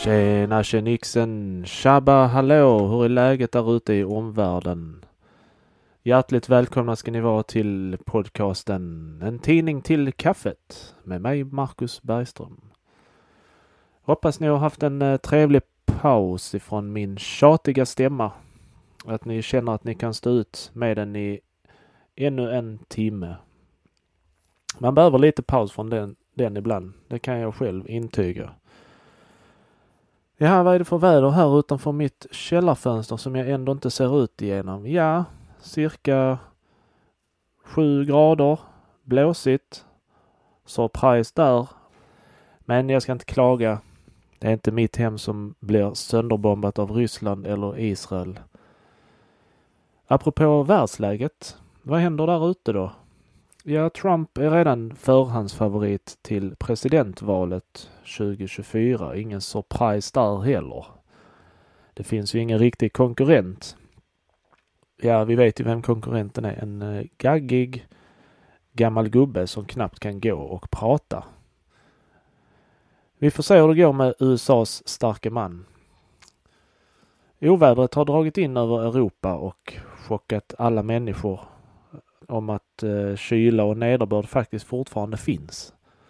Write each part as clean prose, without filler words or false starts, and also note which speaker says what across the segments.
Speaker 1: Tjena tjenixen, tjabba, hallå, hur är läget där ute i omvärlden? Hjärtligt välkomna ska ni vara till podcasten En tidning till kaffet med mig Marcus Bergström. Hoppas ni har haft en trevlig paus ifrån min tjatiga stämma. Att ni känner att ni kan stå ut med den i ännu en timme. Man behöver lite paus från den ibland, det kan jag själv intyga. Ja, vad är det för väder här utanför mitt källarfönster som jag ändå inte ser ut igenom? Ja, cirka 7 grader, blåsigt, surprise där. Men jag ska inte klaga. Det är inte mitt hem som blir sönderbombat av Ryssland eller Israel. Apropå världsläget, vad händer där ute då? Ja, Trump är redan förhandsfavorit till presidentvalet 2024. Ingen surprise där heller. Det finns ju ingen riktig konkurrent. Ja, vi vet ju vem konkurrenten är. En gaggig gammal gubbe som knappt kan gå och prata. Vi får se hur det går med USAs starka man. Ovädret har dragit in över Europa och chockat alla människor om att kyla och nederbörd faktiskt fortfarande finns.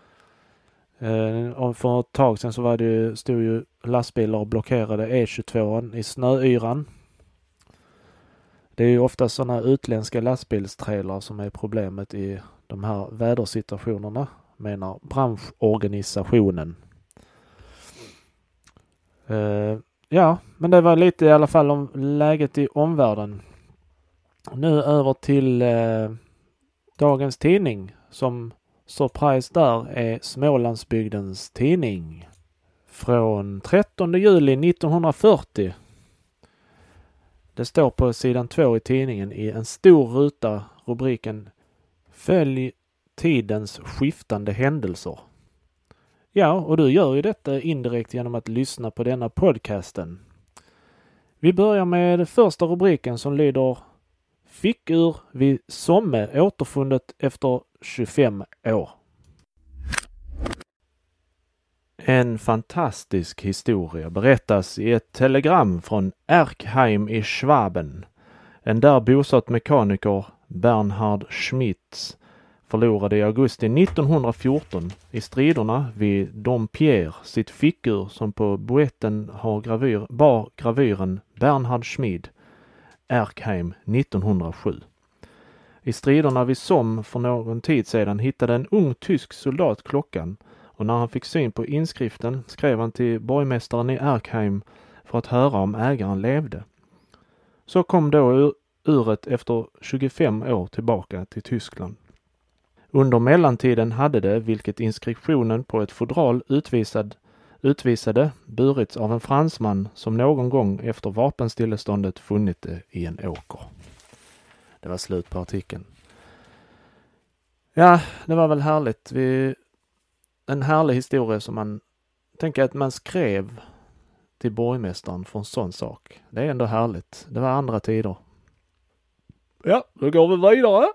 Speaker 1: För ett tag sedan så stod ju lastbilar och blockerade E22 i snöyran. Det är ju ofta sådana utländska lastbilstrailar som är problemet i de här vädersituationerna, menar branschorganisationen. Ja, men det var lite i alla fall om läget i omvärlden. Nu över till dagens tidning som surprise där är Smålandsbygdens tidning från 13 juli 1940. Det står på sidan 2 i tidningen i en stor ruta rubriken Följ tidens skiftande händelser. Ja, och du gör ju detta indirekt genom att lyssna på denna podcasten. Vi börjar med första rubriken som lyder Fickur vid Somme återfunnet efter 25 år. En fantastisk historia berättas i ett telegram från Erkheim i Schwaben. En där bosatt mekaniker, Bernhard Schmitz, förlorade i augusti 1914 i striderna vid Dompierre sitt fickur som på boetten bar gravyren Bernhard Schmid, Erkheim 1907. I striderna vid Somme för någon tid sedan hittade en ung tysk soldat klockan och när han fick syn på inskriften skrev han till borgmästaren i Erkheim för att höra om ägaren levde. Så kom då uret efter 25 år tillbaka till Tyskland. Under mellantiden hade det, vilket inskriptionen på ett fodral utvisade, burits av en fransman som någon gång efter vapenstilleståndet funnit det i en åker. Det var slut på artikeln. Ja, det var väl härligt. En härlig historia som man tänker att man skrev till borgmästaren för en sån sak. Det är ändå härligt. Det var andra tider. Ja, då går vi vidare.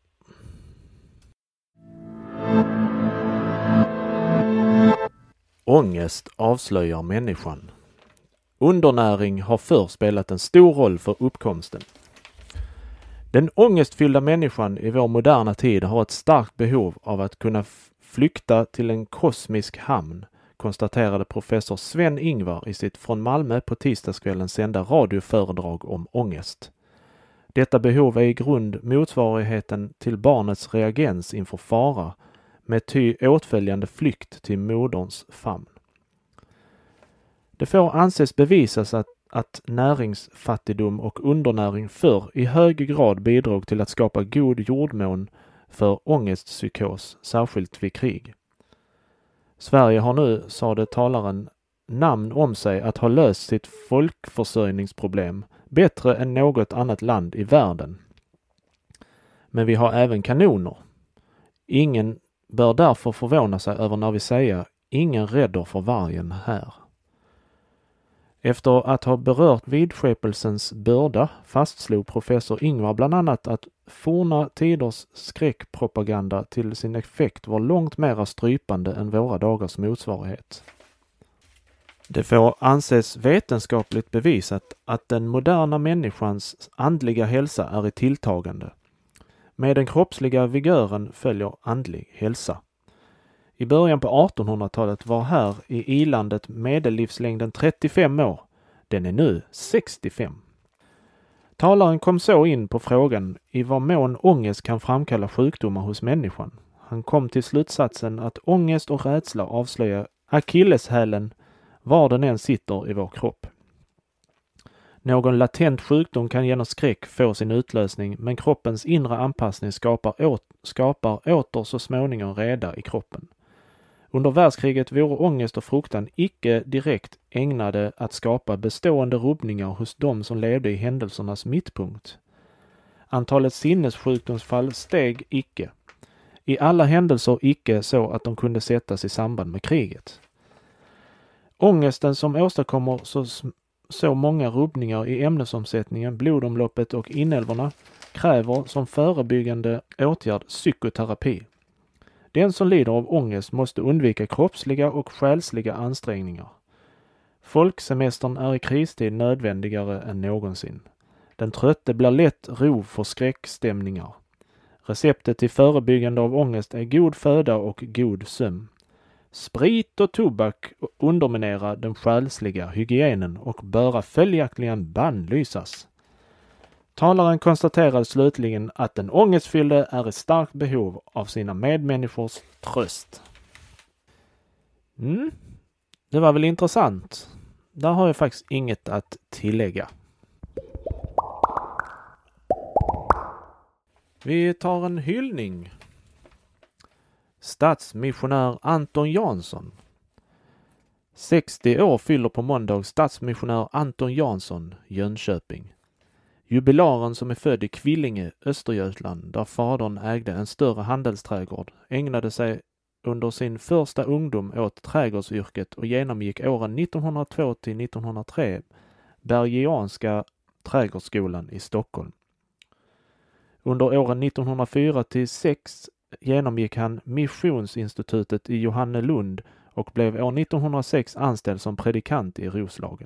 Speaker 1: Ångest avslöjar människan. Undernäring har förr spelat en stor roll för uppkomsten. Den ångestfyllda människan i vår moderna tid har ett starkt behov av att kunna flykta till en kosmisk hamn, konstaterade professor Sven Ingvar i sitt från Malmö på tisdagskvällen sända radioföredrag om ångest. Detta behov är i grund motsvarigheten till barnets reagens inför fara, med ty åtföljande flykt till moderns famn. Det får anses bevisas att näringsfattigdom och undernäring förr i hög grad bidrog till att skapa god jordmån för ångestpsykos, särskilt vid krig. Sverige har nu, sade talaren, namn om sig att ha löst sitt folkförsörjningsproblem bättre än något annat land i världen. Men vi har även kanoner. Ingen bör därför förvåna sig över när vi säger ingen räddar för vargen här. Efter att ha berört vidskepelsens börda fastslog professor Ingvar bland annat att forna tiders skräckpropaganda till sin effekt var långt mera strypande än våra dagars motsvarighet. Det får anses vetenskapligt bevisat att den moderna människans andliga hälsa är i tilltagande. Med den kroppsliga vigören följer andlig hälsa. I början på 1800-talet var här i ilandet medellivslängden 35 år. Den är nu 65. Talaren kom så in på frågan i vad mån ångest kan framkalla sjukdomar hos människan. Han kom till slutsatsen att ångest och rädsla avslöjar akilleshälen var den än sitter i vår kropp. Någon latent sjukdom kan genom skräck få sin utlösning, men kroppens inre anpassning skapar åter så småningom reda i kroppen. Under världskriget vore ångest och fruktan icke direkt ägnade att skapa bestående rubbningar hos de som levde i händelsernas mittpunkt. Antalet sinnessjukdomsfall steg icke. I alla händelser icke så att de kunde sättas i samband med kriget. Ångesten som åstadkommer så många rubbningar i ämnesomsättningen, blodomloppet och inälvorna kräver som förebyggande åtgärd psykoterapi. Den som lider av ångest måste undvika kroppsliga och själsliga ansträngningar. Folksemestern är i kristid nödvändigare än någonsin. Den trötte blir lätt rov för skräckstämningar. Receptet till förebyggande av ångest är god föda och god sömn. Sprit och tobak underminerar den själsliga hygienen och bör följaktligen bannlysas. Talaren konstaterade slutligen att den ångestfyllde är i starkt behov av sina medmänniskors tröst. Det var väl intressant. Där har jag faktiskt inget att tillägga. Vi tar en hyllning. Stadsmissionär Anton Jansson. 60 år fyller på måndag stadsmissionär Anton Jansson, Jönköping. Jubilaren som är född i Kvillinge, Östergötland, där fadern ägde en större handelsträdgård, ägnade sig under sin första ungdom åt trädgårdsyrket och genomgick åren 1902 till 1903 Bergianska trädgårdsskolan i Stockholm. Under åren 1904 till 6 genomgick han Missionsinstitutet i Johannelund och blev år 1906 anställd som predikant i Roslagen.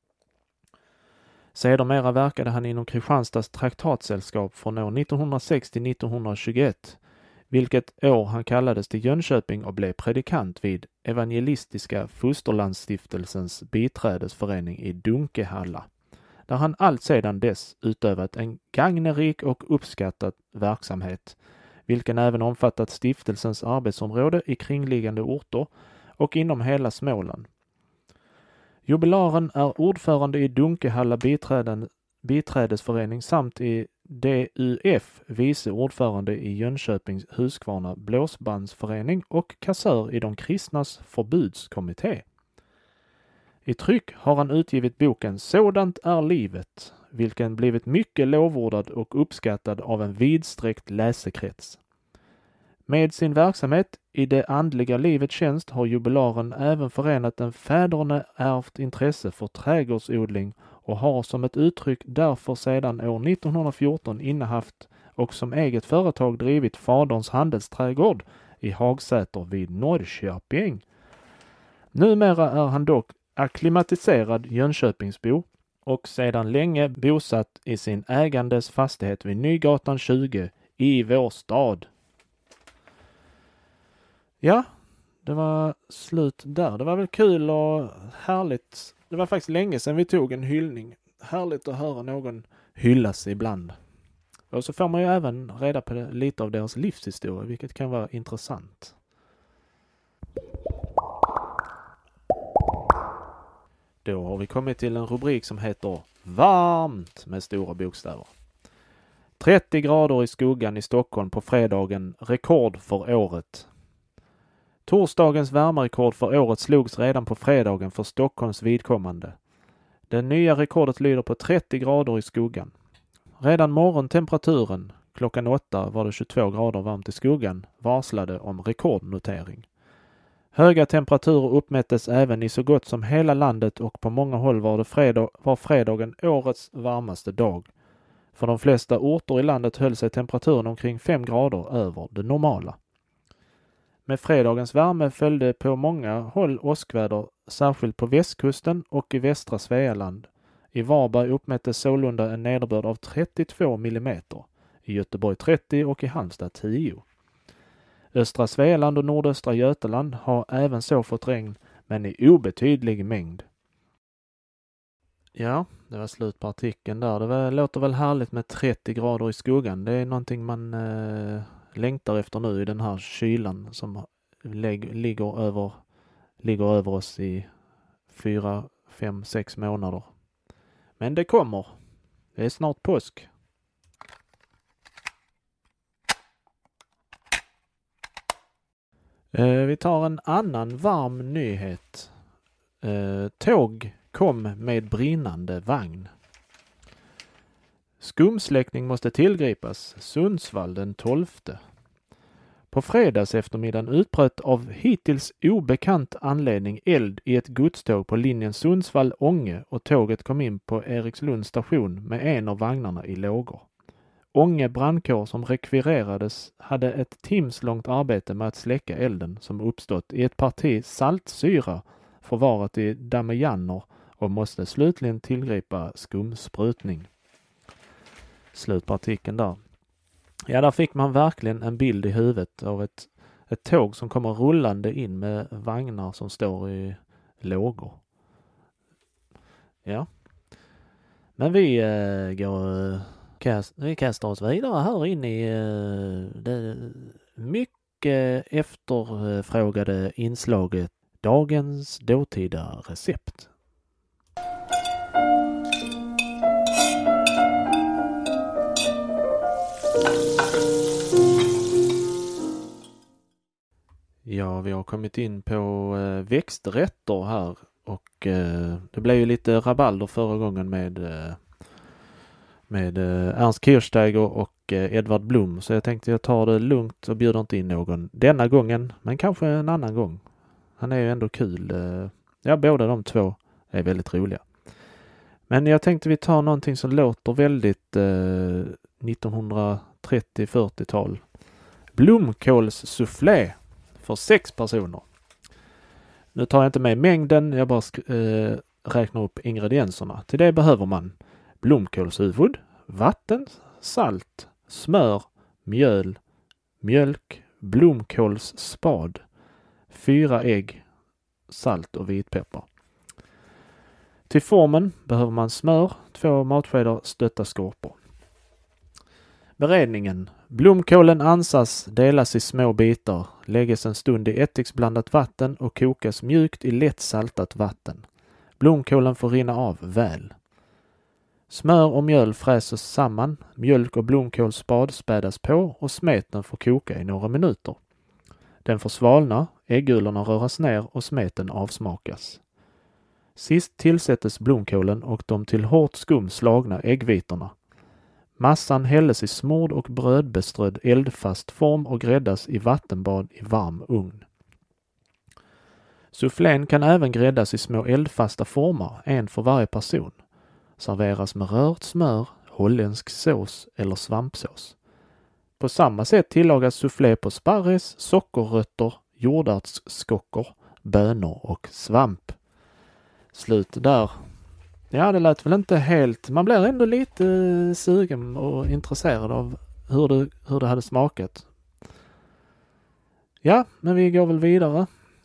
Speaker 1: Sedermera verkade han inom Kristianstads traktatsällskap från år 1906 till 1921, vilket år han kallades till Jönköping och blev predikant vid Evangelistiska Fosterlandsstiftelsens biträdesförening i Dunkehalla, där han allt sedan dess utövat en gagnerik och uppskattad verksamhet, vilken även omfattat stiftelsens arbetsområde i kringliggande orter och inom hela Småland. Jubilaren är ordförande i Dunkehalla biträdesförening samt i DUF vice ordförande i Jönköpings Huskvarna blåsbandsförening och kassör i de kristnas förbudskommitté. I tryck har han utgivit boken Sådant är livet, vilken blivit mycket lovordad och uppskattad av en vidsträckt läsekrets. Med sin verksamhet i det andliga livets tjänst har jubilaren även förenat en fäderneärvt intresse för trädgårdsodling och har som ett uttryck därför sedan år 1914 innehaft och som eget företag drivit faderns handelsträdgård i Hagsäter vid Norrköping. Numera är han dock akklimatiserad Jönköpingsbo och sedan länge bosatt i sin ägandes fastighet vid Nygatan 20 i vår stad. Ja, det var slut där. Det var väl kul och härligt. Det var faktiskt länge sedan vi tog en hyllning. Härligt att höra någon hyllas ibland. Och så får man ju även reda på lite av deras livshistoria, vilket kan vara intressant. Då har vi kommit till en rubrik som heter Varmt med stora bokstäver. 30 grader i skuggan i Stockholm på fredagen, rekord för året. Torsdagens värmerekord för året slogs redan på fredagen för Stockholms vidkommande. Det nya rekordet lyder på 30 grader i skuggan. Redan morgontemperaturen, klockan 8 var det 22 grader varmt i skuggan, varslade om rekordnotering. Höga temperaturer uppmättes även i så gott som hela landet och på många håll var fredagen årets varmaste dag. För de flesta orter i landet höll sig temperaturen omkring 5 grader över det normala. Med fredagens värme följde på många håll åskväder, särskilt på västkusten och i västra Svealand. I Varberg uppmättes sålunda en nederbörd av 32 millimeter, i Göteborg 30 och i Halmstad 10. Östra Svealand och nordöstra Götaland har även så fått regn, men i obetydlig mängd. Ja, det var slut på artikeln där. Låter väl härligt med 30 grader i skuggan. Det är någonting man längtar efter nu i den här kylan som ligger över oss i 4, 5, 6 månader. Men det kommer. Det är snart påsk. Vi tar en annan varm nyhet. Tåg kom med brinnande vagn. Skumsläckning måste tillgripas. Sundsvall den 12. På fredags eftermiddagen utbröt av hittills obekant anledning eld i ett godståg på linjen Sundsvall-Ånge och tåget kom in på Erikslunds station med en av vagnarna i lågor. Ånge brandkår som rekvirerades hade ett timslångt arbete med att släcka elden som uppstått i ett parti saltsyra förvarat i damejanner och måste slutligen tillgripa skumsprutning. Slut på artikeln där. Ja, där fick man verkligen en bild i huvudet av ett tåg som kommer rullande in med vagnar som står i lågor. Ja. Men vi kastar oss vidare här in i det mycket efterfrågade inslaget Dagens dåtida recept. Ja, vi har kommit in på växträtter här och det blev ju lite rabalder förra gången med Ernst Kirchsteiger och Edvard Blom, så jag tänkte jag tar det lugnt och bjuder inte in någon denna gången, men kanske en annan gång. Han är ju ändå kul. Ja, båda de två är väldigt roliga. Men jag tänkte vi tar någonting som låter väldigt 1930-40-tal. Blomkålssoufflé för 6 personer. Nu tar jag inte med mängden, jag bara räknar upp ingredienserna. Till det behöver man blomkålshuvud, vatten, salt, smör, mjöl, mjölk, blomkålsspad, 4 ägg, salt och vitpeppar. Till formen behöver man smör, 2 matskedar stötta skorpor. Beredningen. Blomkålen ansas, delas i små bitar, lägges en stund i ättiksblandat vatten och kokas mjukt i lätt saltat vatten. Blomkålen får rinna av väl. Smör och mjöl fräses samman, mjölk och blomkålsspad spädas på och smeten får koka i några minuter. Den får svalna, äggulorna röras ner och smeten avsmakas. Sist tillsättes blomkålen och de till hårt skum slagna äggvitorna. Massan hälles i smord och brödbeströdd eldfast form och gräddas i vattenbad i varm ugn. Soufflén kan även gräddas i små eldfasta former, en för varje person. Serveras med rört smör, holländsk sås eller svampsås. På samma sätt tillagas soufflé på sparris, sockerrötter, jordärtsskockor, bönor och svamp. Slut där. Ja, det lät väl inte helt... Man blir ändå lite sugen och intresserad av hur det hade smakat. Ja, men vi går väl vidare.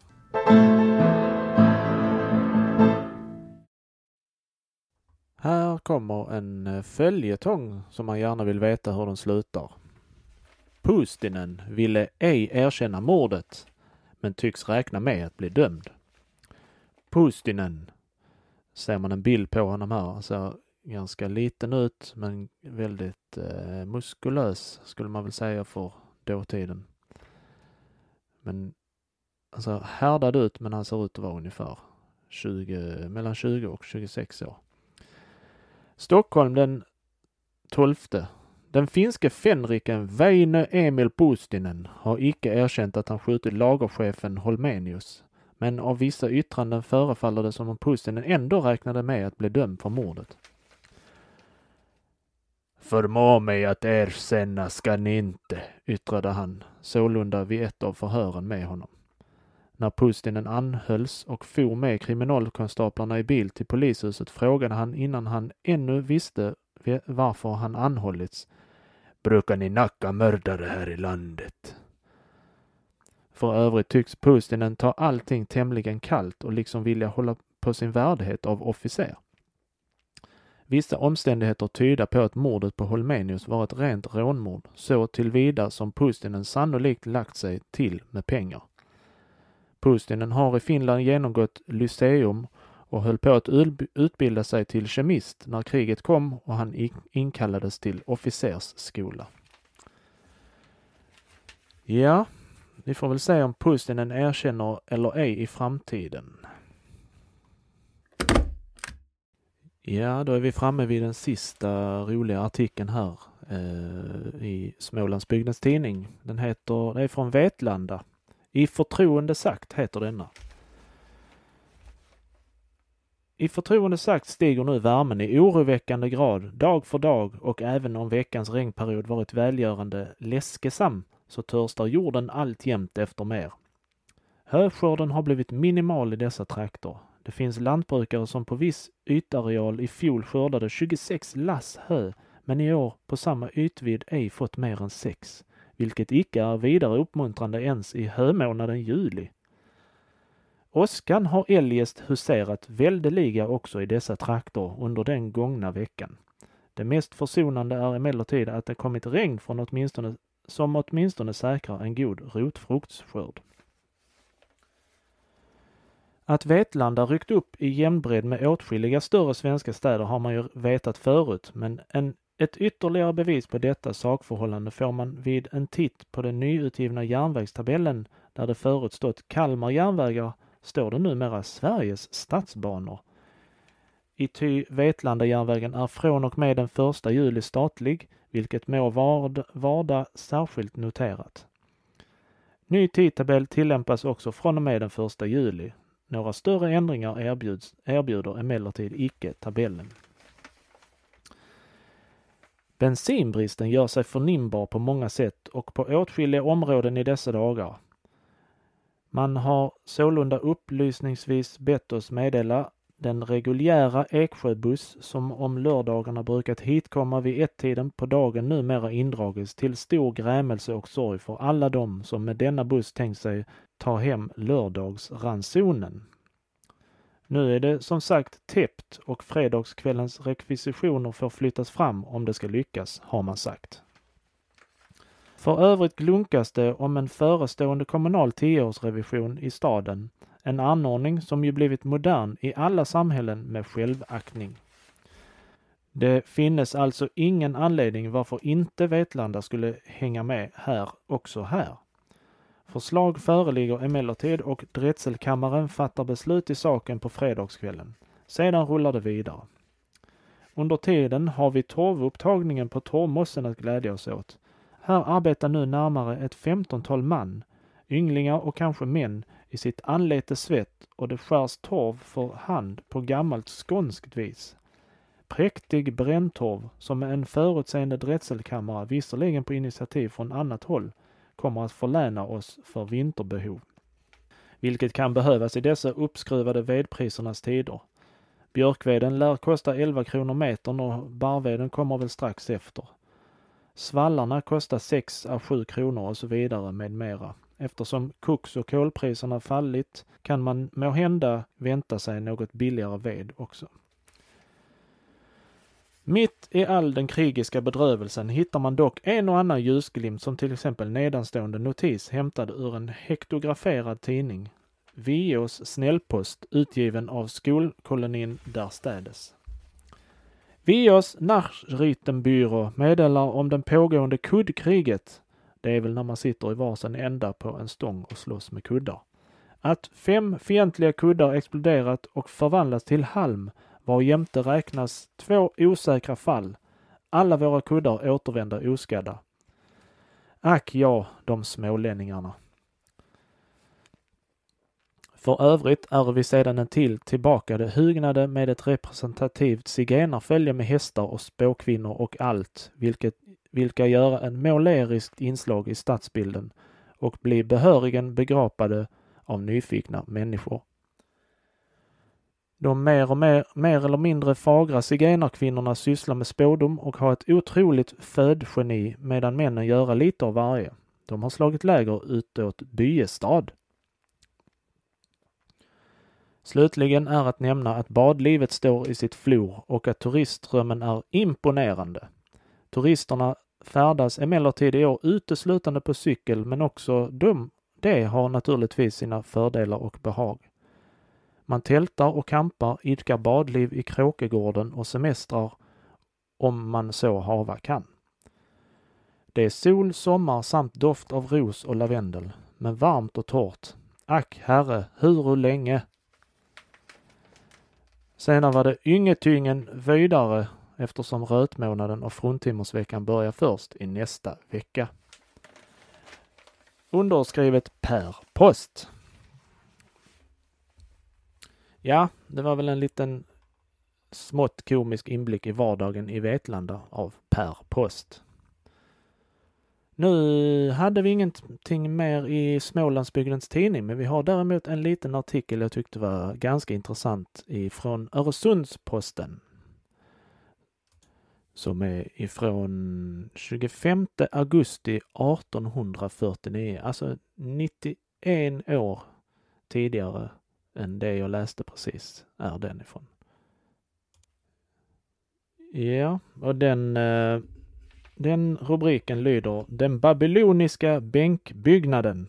Speaker 1: Här kommer en följetong som man gärna vill veta hur den slutar. Puustinen ville ej erkänna mordet, men tycks räkna med att bli dömd. Puustinen. Ser man en bild på honom här, ser ganska liten ut men väldigt muskulös skulle man väl säga för dåtiden. Men alltså härdad ut, men han ser ut att vara ungefär mellan 20 och 26 år. Stockholm den 12. Den finske fänriken Väinö Emil Puustinen har icke erkänt att han skjutit lagerchefen Holmenius. Men av vissa yttranden förefaller det som om Puustinen ändå räknade med att bli dömd för mordet. förmå mig att erkänna ska ni inte, yttrade han, sålunda vid ett av förhören med honom. När Pustinen anhölls och for med kriminalkonstaplarna i bil till polishuset frågade han innan han ännu visste varför han anhållits. Brukar ni nacka mördare här i landet? För övrigt tycks Pustinen ta allting tämligen kallt och liksom vilja hålla på sin värdighet av officer. Vissa omständigheter tyder på att mordet på Holmenius var ett rent rånmord, så tillvida som Pustinen sannolikt lagt sig till med pengar. Pustinen har i Finland genomgått lyceum och höll på att utbilda sig till kemist när kriget kom och han inkallades till officersskola. Ja, vi får väl se om Pustinen erkänner eller ej i framtiden. Ja, då är vi framme vid den sista roliga artikeln här i Smålandsbygdens tidning. Det är från Vetlanda. I förtroende sagt heter denna. I förtroende sagt stiger nu värmen i oroväckande grad dag för dag och även om veckans regnperiod varit välgörande läskesam så törstar jorden alltjämt efter mer. Höskörden har blivit minimal i dessa trakter. Det finns lantbrukare som på viss ytareal i fjol skördade 26 lass hö men i år på samma ytvidd ej fått mer än 6, vilket icke är vidare uppmuntrande ens i hömånaden juli. Åskan har eljest huserat väldeliga också i dessa trakter under den gångna veckan. Det mest försonande är emellertid att det kommit regn från som åtminstone säkrar en god rotfruktsskörd. Att Vetlanda ryckt upp i jämnbredd med åtskilliga större svenska städer har man ju vetat förut, men ett ytterligare bevis på detta sakförhållande får man vid en titt på den nyutgivna järnvägstabellen där det förut stått Kalmar järnvägar står det numera Sveriges stadsbanor. I ty Vetlanda-järnvägen är från och med den 1 juli statlig, vilket må varda särskilt noterat. Ny tidtabell tillämpas också från och med den 1 juli. Några större ändringar erbjuder emellertid icke tabellen. Bensinbristen gör sig förnimbar på många sätt och på åtskilliga områden i dessa dagar. Man har sålunda upplysningsvis bett oss meddela den reguljära Eksjöbuss som om lördagarna brukat hitkomma vid ett-tiden på dagen numera indragits till stor grämelse och sorg för alla dem som med denna buss tänkt sig ta hem lördagsransonen. Nu är det som sagt täppt och fredagskvällens rekvisitioner får flyttas fram om det ska lyckas, har man sagt. För övrigt glunkas det om en förestående kommunal 10-årsrevision i staden, en anordning som ju blivit modern i alla samhällen med självaktning. Det finnes alltså ingen anledning varför inte Vetlanda skulle hänga med också här. Förslag föreligger emellertid och drätselkammaren fattar beslut i saken på fredagskvällen. Sedan rullar det vidare. Under tiden har vi torvupptagningen på Torvmossen att glädja oss åt. Här arbetar nu närmare ett 15-tal man, ynglingar och kanske män, i sitt anlete svett och det skärs torv för hand på gammalt skånskt vis. Präktig bränntorv som en förutseende drätselkammare, visserligen på initiativ från annat håll, kommer att förläna oss för vinterbehov. Vilket kan behövas i dessa uppskruvade vedprisernas tider. Björkveden lär kosta 11 kronor metern och barveden kommer väl strax efter. Svallarna kostar 6-7 kronor och så vidare med mera. Eftersom koks- och kolpriserna fallit kan man måhända vänta sig något billigare ved också. Mitt i all den krigiska bedrövelsen hittar man dock en och annan ljusglimt som till exempel nedanstående notis hämtad ur en hektograferad tidning. VOs snällpost utgiven av skolkolonin därstädes. VOs Nachrichtenbyrå meddelar om den pågående kuddkriget. Det är väl när man sitter i varsin ända på en stång och slåss med kuddar. Att 5 fientliga kuddar exploderat och förvandlats till halm var jämte räknas 2 osäkra fall. Alla våra kuddar återvänder oskadda. Ack ja, de smålänningarna. För övrigt är vi sedan en tid tillbaka det hugnade med ett representativt zigenarfölje med hästar och spåkvinnor och allt, vilka gör en måleriskt inslag i stadsbilden och blir behörigen begrapade av nyfikna människor. De mer eller mindre fagra zigenarkvinnorna sysslar med spådom och har ett otroligt födgeni medan männen gör lite av varje. De har slagit läger utåt Byestad. Slutligen är att nämna att badlivet står i sitt flor och att turistströmmen är imponerande. Turisterna färdas emellertid i år uteslutande på cykel, men också det har naturligtvis sina fördelar och behag. Man tältar och campar, idkar badliv i Kråkegården och semestrar om man så hava kan. Det är sol, sommar samt doft av ros och lavendel, men varmt och torrt. Ack herre, hur länge? Senare var det yngetyngen vidare eftersom rötmånaden och fruntimmersveckan börjar först i nästa vecka. Underskrivet Per Post. Ja, det var väl en liten smått komisk inblick i vardagen i Vetlanda av Per Post. Nu hade vi ingenting mer i Smålandsbygdens tidning, men vi har däremot en liten artikel jag tyckte var ganska intressant från Öresundsposten. Som är ifrån 25 augusti 1849, alltså 91 år tidigare än det jag läste precis är den ifrån. Ja, och den rubriken lyder Den babyloniska bänkbyggnaden.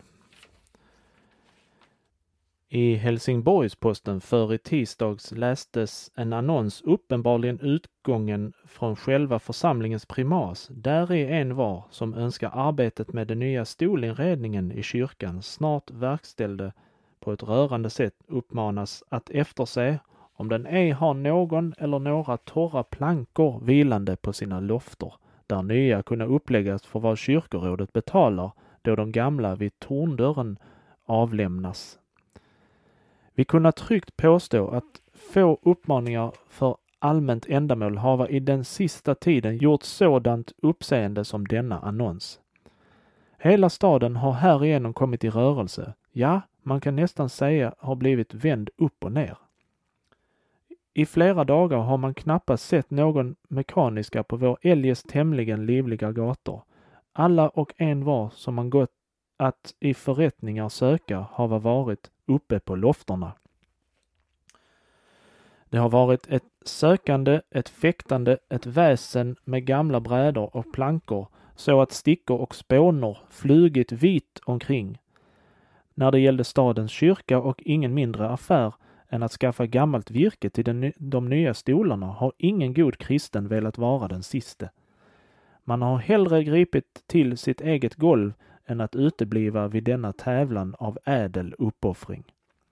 Speaker 1: I Helsingborgsposten för i tisdags lästes en annons uppenbarligen utgången från själva församlingens primas. Där är en var som önskar arbetet med den nya stolinredningen i kyrkan snart verkställde på ett rörande sätt uppmanas att efterse om den ej har någon eller några torra plankor vilande på sina lofter, där nya kunna uppläggas för vad kyrkorådet betalar då de gamla vid torndörren avlämnas. Vi kunna tryggt påstå att få uppmaningar för allmänt ändamål hava i den sista tiden gjort sådant uppseende som denna annons. Hela staden har härigenom kommit i rörelse. Ja, man kan nästan säga har blivit vänd upp och ner. I flera dagar har man knappast sett någon mekaniska på vår eljest tämligen livliga gator. Alla och en var som man gått att i förrättningar söka har varit uppe på lofterna. Det har varit ett sökande, ett fäktande, ett väsen med gamla brädor och plankor så att stickor och spånor flugit vitt omkring. När det gällde stadens kyrka och ingen mindre affär än att skaffa gammalt virke till de nya stolarna har ingen god kristen velat vara den siste. Man har hellre gripit till sitt eget golv än att utebliva vid denna tävlan av ädel uppoffring.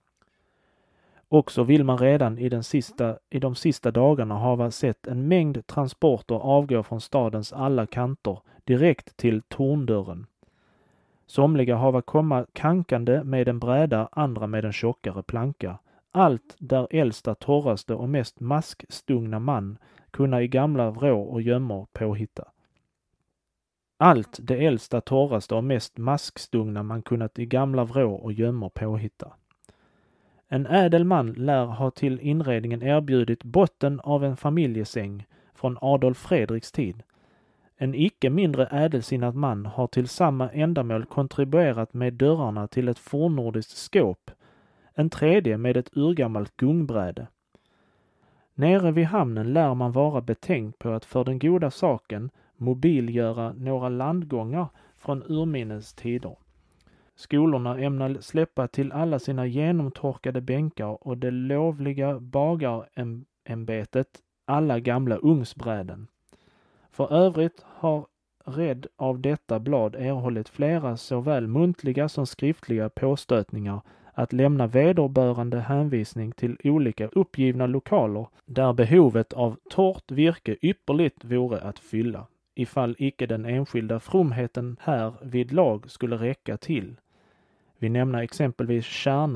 Speaker 1: Också vill man redan i de sista dagarna ha sett en mängd transporter avgå från stadens alla kanter direkt till torndörren. Somliga hava komma kankande med en bräda, andra med en tjockare planka. Allt där äldsta, torraste och mest maskstungna man kunna i gamla vrå och gömmor påhitta. Allt det äldsta, torraste och mest maskstungna man kunnat i gamla vrå och gömmor påhitta. En ädel man lär ha till inredningen erbjudit botten av en familjesäng från Adolf Fredriks tid. En icke mindre ädelsinnad man har till samma ändamål kontribuerat med dörrarna till ett fornnordiskt skåp, en tredje med ett urgammalt gungbräde. Nere vid hamnen lär man vara betänkt på att för den goda saken mobilgöra några landgångar från urminnes tider. Skolorna ämnar släppa till alla sina genomtorkade bänkar och det lovliga bagarämbetet alla gamla ugnsbräden. För övrigt har rädd av detta blad erhållit flera såväl muntliga som skriftliga påstötningar att lämna vederbörande hänvisning till olika uppgivna lokaler där behovet av torrt virke ypperligt vore att fylla, ifall icke den enskilda fromheten här vid lag skulle räcka till. Vi nämner exempelvis Kärnan,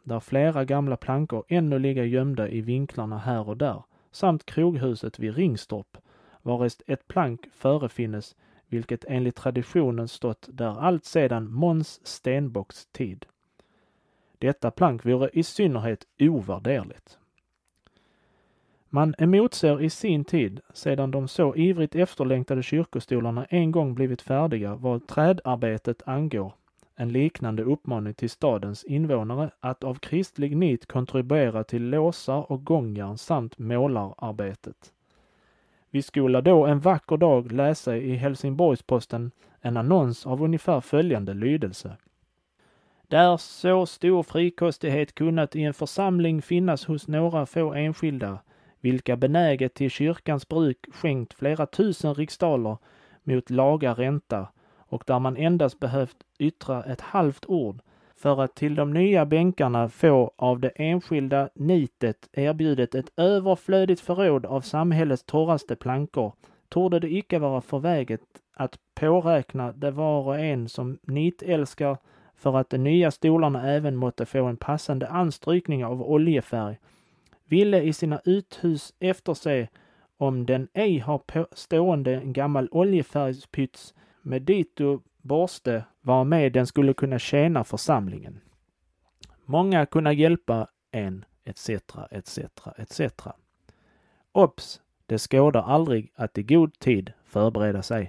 Speaker 1: där flera gamla plankor ännu ligger gömda i vinklarna här och där, samt kroghuset vid Ringstorp, varest ett plank förefinnes, vilket enligt traditionen stått där allt sedan Måns Stenbocks tid. Detta plank vore i synnerhet ovärderligt. Man emotser i sin tid, sedan de så ivrigt efterlängtade kyrkostolarna en gång blivit färdiga vad trädarbetet angår, en liknande uppmaning till stadens invånare att av kristlig nit kontribuera till låsar och gångjärn samt målararbetet. Vi skulle då en vacker dag läsa i Helsingborgsposten en annons av ungefär följande lydelse. Där så stor frikostighet kunnat i en församling finnas hos några få enskilda, vilka benäget till kyrkans bruk skänkt flera tusen riksdaler mot laga ränta, och där man endast behövt yttra ett halvt ord för att till de nya bänkarna få av det enskilda nitet erbjudet ett överflödigt förråd av samhällets torraste plankor, torde det icke vara förväget att påräkna det var och en som nitälskar för att de nya stolarna även måtte få en passande anstrykning av oljefärg, ville i sina uthus efterse om den ej har stående en gammal oljefärgspyts med dito borste varmed den skulle kunna tjäna församlingen. Många kunna hjälpa en, etc., etc., etc. Obs, det skådar aldrig att i god tid förbereda sig.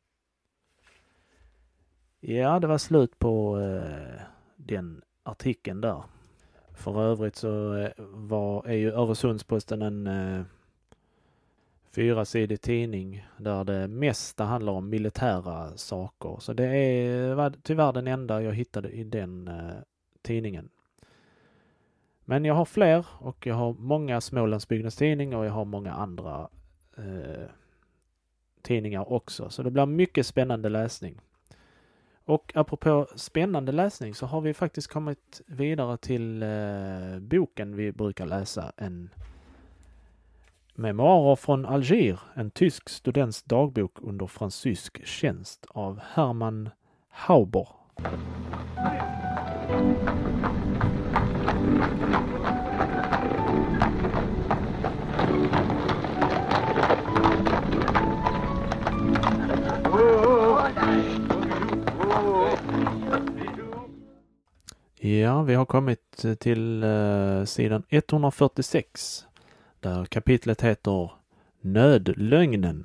Speaker 1: Ja, det var slut på den artikeln där. För övrigt så är ju Öresundsposten en 4-sidig tidning där det mesta handlar om militära saker. Så det var tyvärr den enda jag hittade i den tidningen. Men jag har fler, och jag har många Smålandsbygdens tidning och jag har många andra tidningar också. Så det blir mycket spännande läsning. Och apropå spännande läsning så har vi faktiskt kommit vidare till boken vi brukar läsa, en memoarer från Alger, en tysk students dagbok under fransysk tjänst av Hermann Hauber. Ja, vi har kommit till sidan 146 där kapitlet heter Nödlögnen.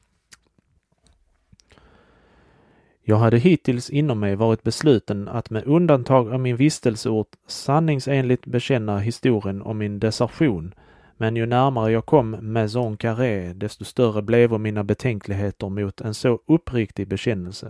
Speaker 1: Jag hade hittills inom mig varit besluten att med undantag av min vistelseort sanningsenligt bekänna historien om min desertion, men ju närmare jag kom Maison Carré, desto större blev mina betänkligheter mot en så uppriktig bekännelse.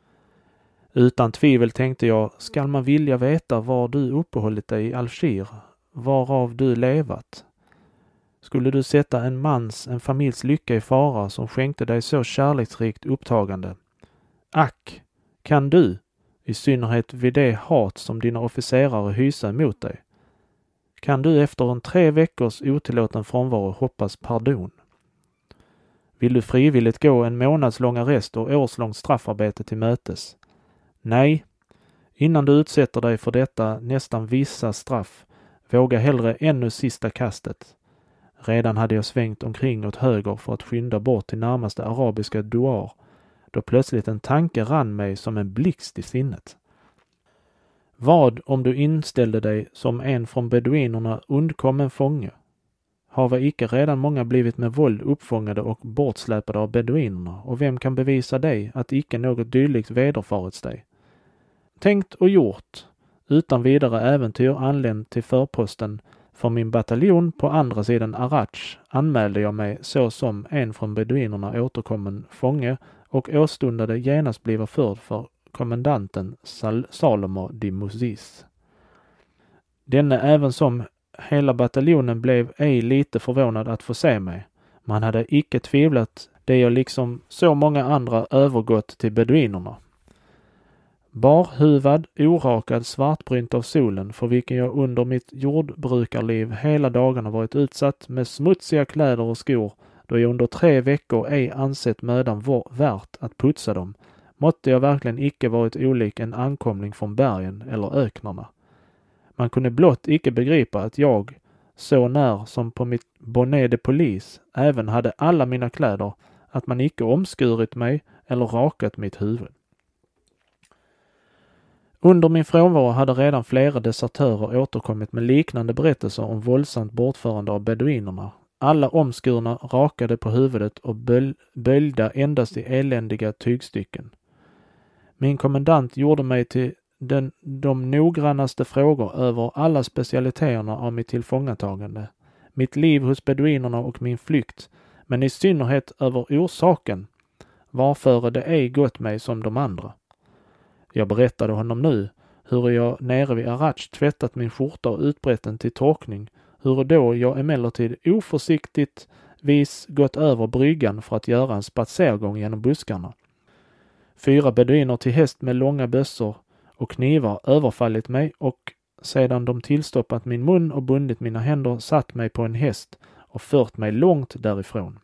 Speaker 1: Utan tvivel tänkte jag, skall man vilja veta var du uppehållit dig i Alger, varav du levat? Skulle du sätta en familjs lycka i fara som skänkte dig så kärleksrikt upptagande? Ack, kan du, i synnerhet vid det hat som dina officerare hysa emot dig? Kan du efter en 3 veckors otillåten frånvaro hoppas pardon? Vill du frivilligt gå en månadslång arrest och årslångt straffarbete till mötes? Nej, innan du utsätter dig för detta nästan vissa straff, våga hellre ännu sista kastet. Redan hade jag svängt omkring åt höger för att skynda bort till närmaste arabiska douar, då plötsligt en tanke rann mig som en blixt i sinnet. Vad om du inställde dig som en från beduinerna undkommen fånge? Har icke redan många blivit med våld uppfångade och bortsläpade av beduinerna, och vem kan bevisa dig att icke något dylikt vederfarits dig? Tänkt och gjort, utan vidare äventyr anländ till förposten för min bataljon på andra sidan Arach anmälde jag mig så som en från beduinerna återkommen fånge och åstundade genast bliva förd för kommendanten Salomo de Mousis. Denne även som hela bataljonen blev ej lite förvånad att få se mig. Man hade icke tvivlat det jag liksom så många andra övergått till beduinerna. Barhuvad, orakad, svartbrynt av solen, för vilken jag under mitt jordbrukarliv hela dagarna varit utsatt med smutsiga kläder och skor, då jag under 3 veckor ej ansett mödan värt att putsa dem, måtte jag verkligen icke varit olik en ankomling från bergen eller öknarna. Man kunde blott icke begripa att jag, så när som på mitt bonnet de police, även hade alla mina kläder, att man icke omskurit mig eller rakat mitt huvud. Under min frånvaro hade redan flera desertörer återkommit med liknande berättelser om våldsamt bortförande av beduinerna. Alla omskurna, rakade på huvudet och böljda endast i eländiga tygstycken. Min kommendant gjorde mig till de noggrannaste frågor över alla specialiteterna av mitt tillfångatagande, mitt liv hos beduinerna och min flykt, men i synnerhet över orsaken, varför det ej gått mig som de andra. Jag berättade honom nu hur jag nere vid Arach tvättat min skjorta och utbrett den till torkning, hur då jag emellertid oförsiktigt gått över bryggan för att göra en spatsergång genom buskarna. 4 beduiner till häst med långa bössor och knivar överfallit mig och sedan de tillstoppat min mun och bundit mina händer satt mig på en häst och fört mig långt därifrån.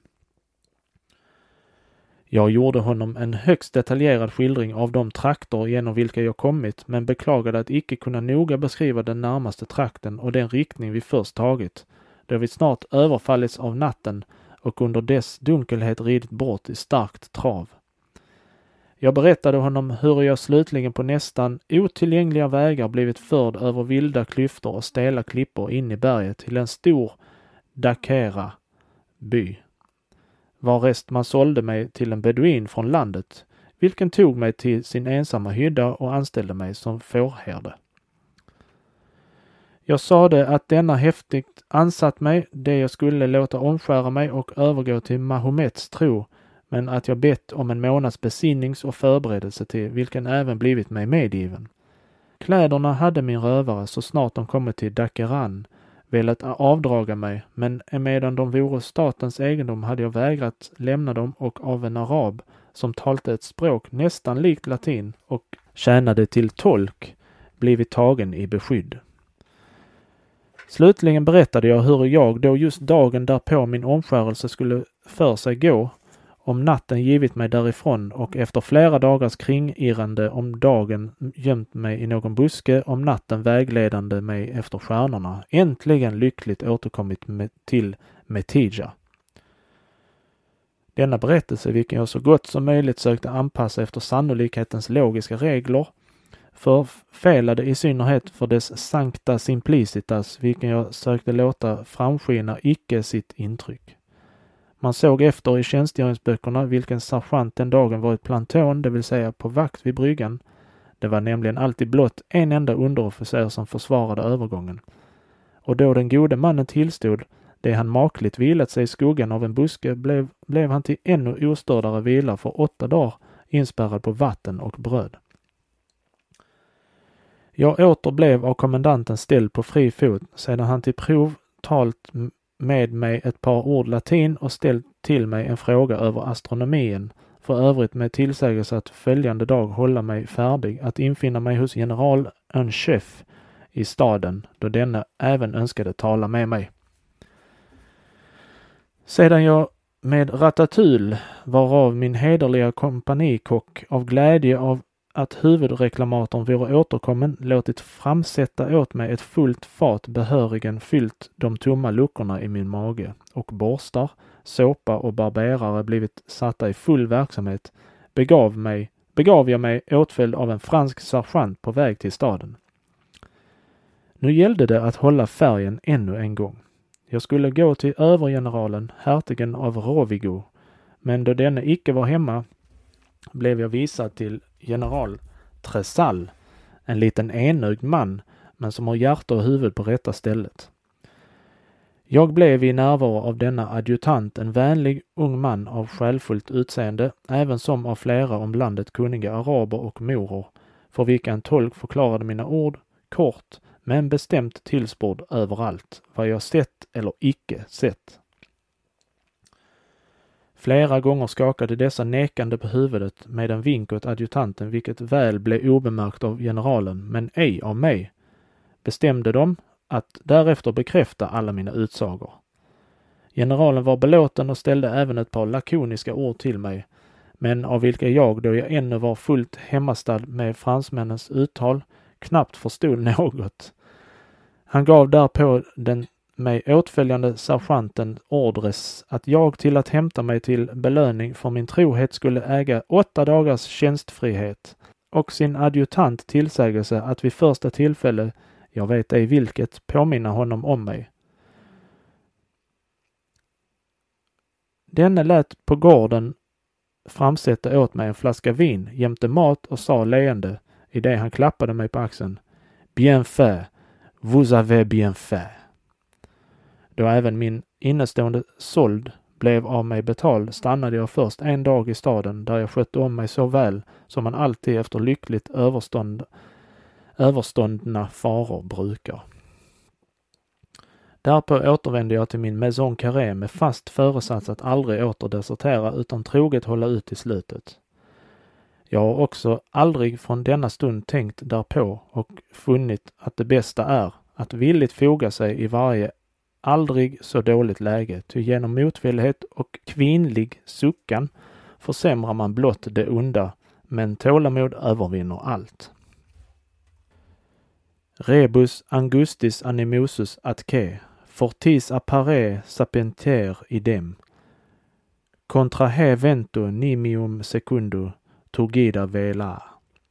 Speaker 1: Jag gjorde honom en högst detaljerad skildring av de trakter genom vilka jag kommit, men beklagade att icke kunna noga beskriva den närmaste trakten och den riktning vi först tagit, då vi snart överfallits av natten och under dess dunkelhet ridit bort i starkt trav. Jag berättade honom hur jag slutligen på nästan otillgängliga vägar blivit förd över vilda klyftor och stela klippor in i berget till en stor Dakera by. Varest man sålde mig till en beduin från landet, vilken tog mig till sin ensamma hydda och anställde mig som fårherde. Jag sade att denna häftigt ansatt mig, det jag skulle låta omskära mig och övergå till Mahomets tro, men att jag bett om en månads besinnings- och förberedelse till, vilken även blivit mig medgiven. Kläderna hade min rövare så snart de kommit till Dakeran velat avdraga mig, men emedan de vore statens egendom hade jag vägrat lämna dem och av en arab som talade ett språk nästan likt latin och tjänade till tolk blivit tagen i beskydd. Slutligen berättade jag hur jag då just dagen därpå min omskärelse skulle för sig gå, om natten givit mig därifrån och efter flera dagars kringirrande om dagen gömt mig i någon buske, om natten vägledande mig efter stjärnorna, äntligen lyckligt återkommit till Metija. Denna berättelse, vilken jag så gott som möjligt sökte anpassa efter sannolikhetens logiska regler, förfelade i synnerhet för dess sancta simplicitas, vilken jag sökte låta framskina icke sitt intryck. Man såg efter i tjänstgöringsböckerna vilken sergeant den dagen varit planton, det vill säga på vakt vid bryggan. Det var nämligen alltid blott en enda underofficer som försvarade övergången. Och då den gode mannen tillstod, det han makligt vilat sig i skuggan av en buske, blev han till ännu ostördare vila för 8 dagar inspärrad på vatten och bröd. Jag åter blev av kommendanten ställd på fri fot, sedan han till prov talt med mig ett par ord latin och ställt till mig en fråga över astronomien, för övrigt med tillsägelse att följande dag hålla mig färdig att infinna mig hos general en chef i staden, då denne även önskade tala med mig. Sedan jag med Ratatouille, varav min hederliga kompanikock av glädje av att huvudreklamatorn vore återkommen, låtit framsätta åt mig ett fullt fat behörigen fyllt de tomma luckorna i min mage och borstar, såpa och barberare blivit satta i full verksamhet, begav jag mig åtföljd av en fransk sergeant på väg till staden. Nu gällde det att hålla färgen ännu en gång. Jag skulle gå till övergeneralen, hertigen av Rovigo, men då denne icke var hemma blev jag visad till general Tresal, en liten enögd man, men som har hjärta och huvud på rätta stället. Jag blev i närvaro av denna adjutant en vänlig ung man av självfullt utseende, även som av flera om landet kunniga araber och moror, för vilka en tolk förklarade mina ord, kort, men bestämt tillspord överallt, vad jag sett eller icke sett. Flera gånger skakade dessa nekande på huvudet med en vink åt adjutanten, vilket väl blev obemärkt av generalen, men ej av mig. Bestämde de att därefter bekräfta alla mina utsagor. Generalen var belåten och ställde även ett par lakoniska ord till mig, men av vilka jag, då jag ännu var fullt hemmastad med fransmännens uttal, knappt förstod något. Han gav därpå den mig åtföljande sergeanten ordres att jag till att hämta mig till belöning för min trohet skulle äga 8 dagars tjänstfrihet och sin adjutant tillsägelse att vid första tillfälle, jag vet ej vilket, påminna honom om mig. Denne lät på gården framsätta åt mig en flaska vin jämte mat och sa leende, i det han klappade mig på axeln: Bien fait, vous avez bien fait. Då även min innestående sold blev av mig betald stannade jag först en dag i staden där jag skötte om mig så väl som man alltid efter lyckligt överståndna faror brukar. Därpå återvände jag till min maison carré med fast föresats att aldrig åter desertera utan troget hålla ut i slutet. Jag har också aldrig från denna stund tänkt därpå och funnit att det bästa är att villigt foga sig i varje aldrig så dåligt läge, ty genom motvillighet och kvinnlig suckan försämrar man blott det onda, men tålamod övervinner allt. Rebus angustis animosus atque, fortis appare sapientier idem, contra he vento nimium secundo turgida vela.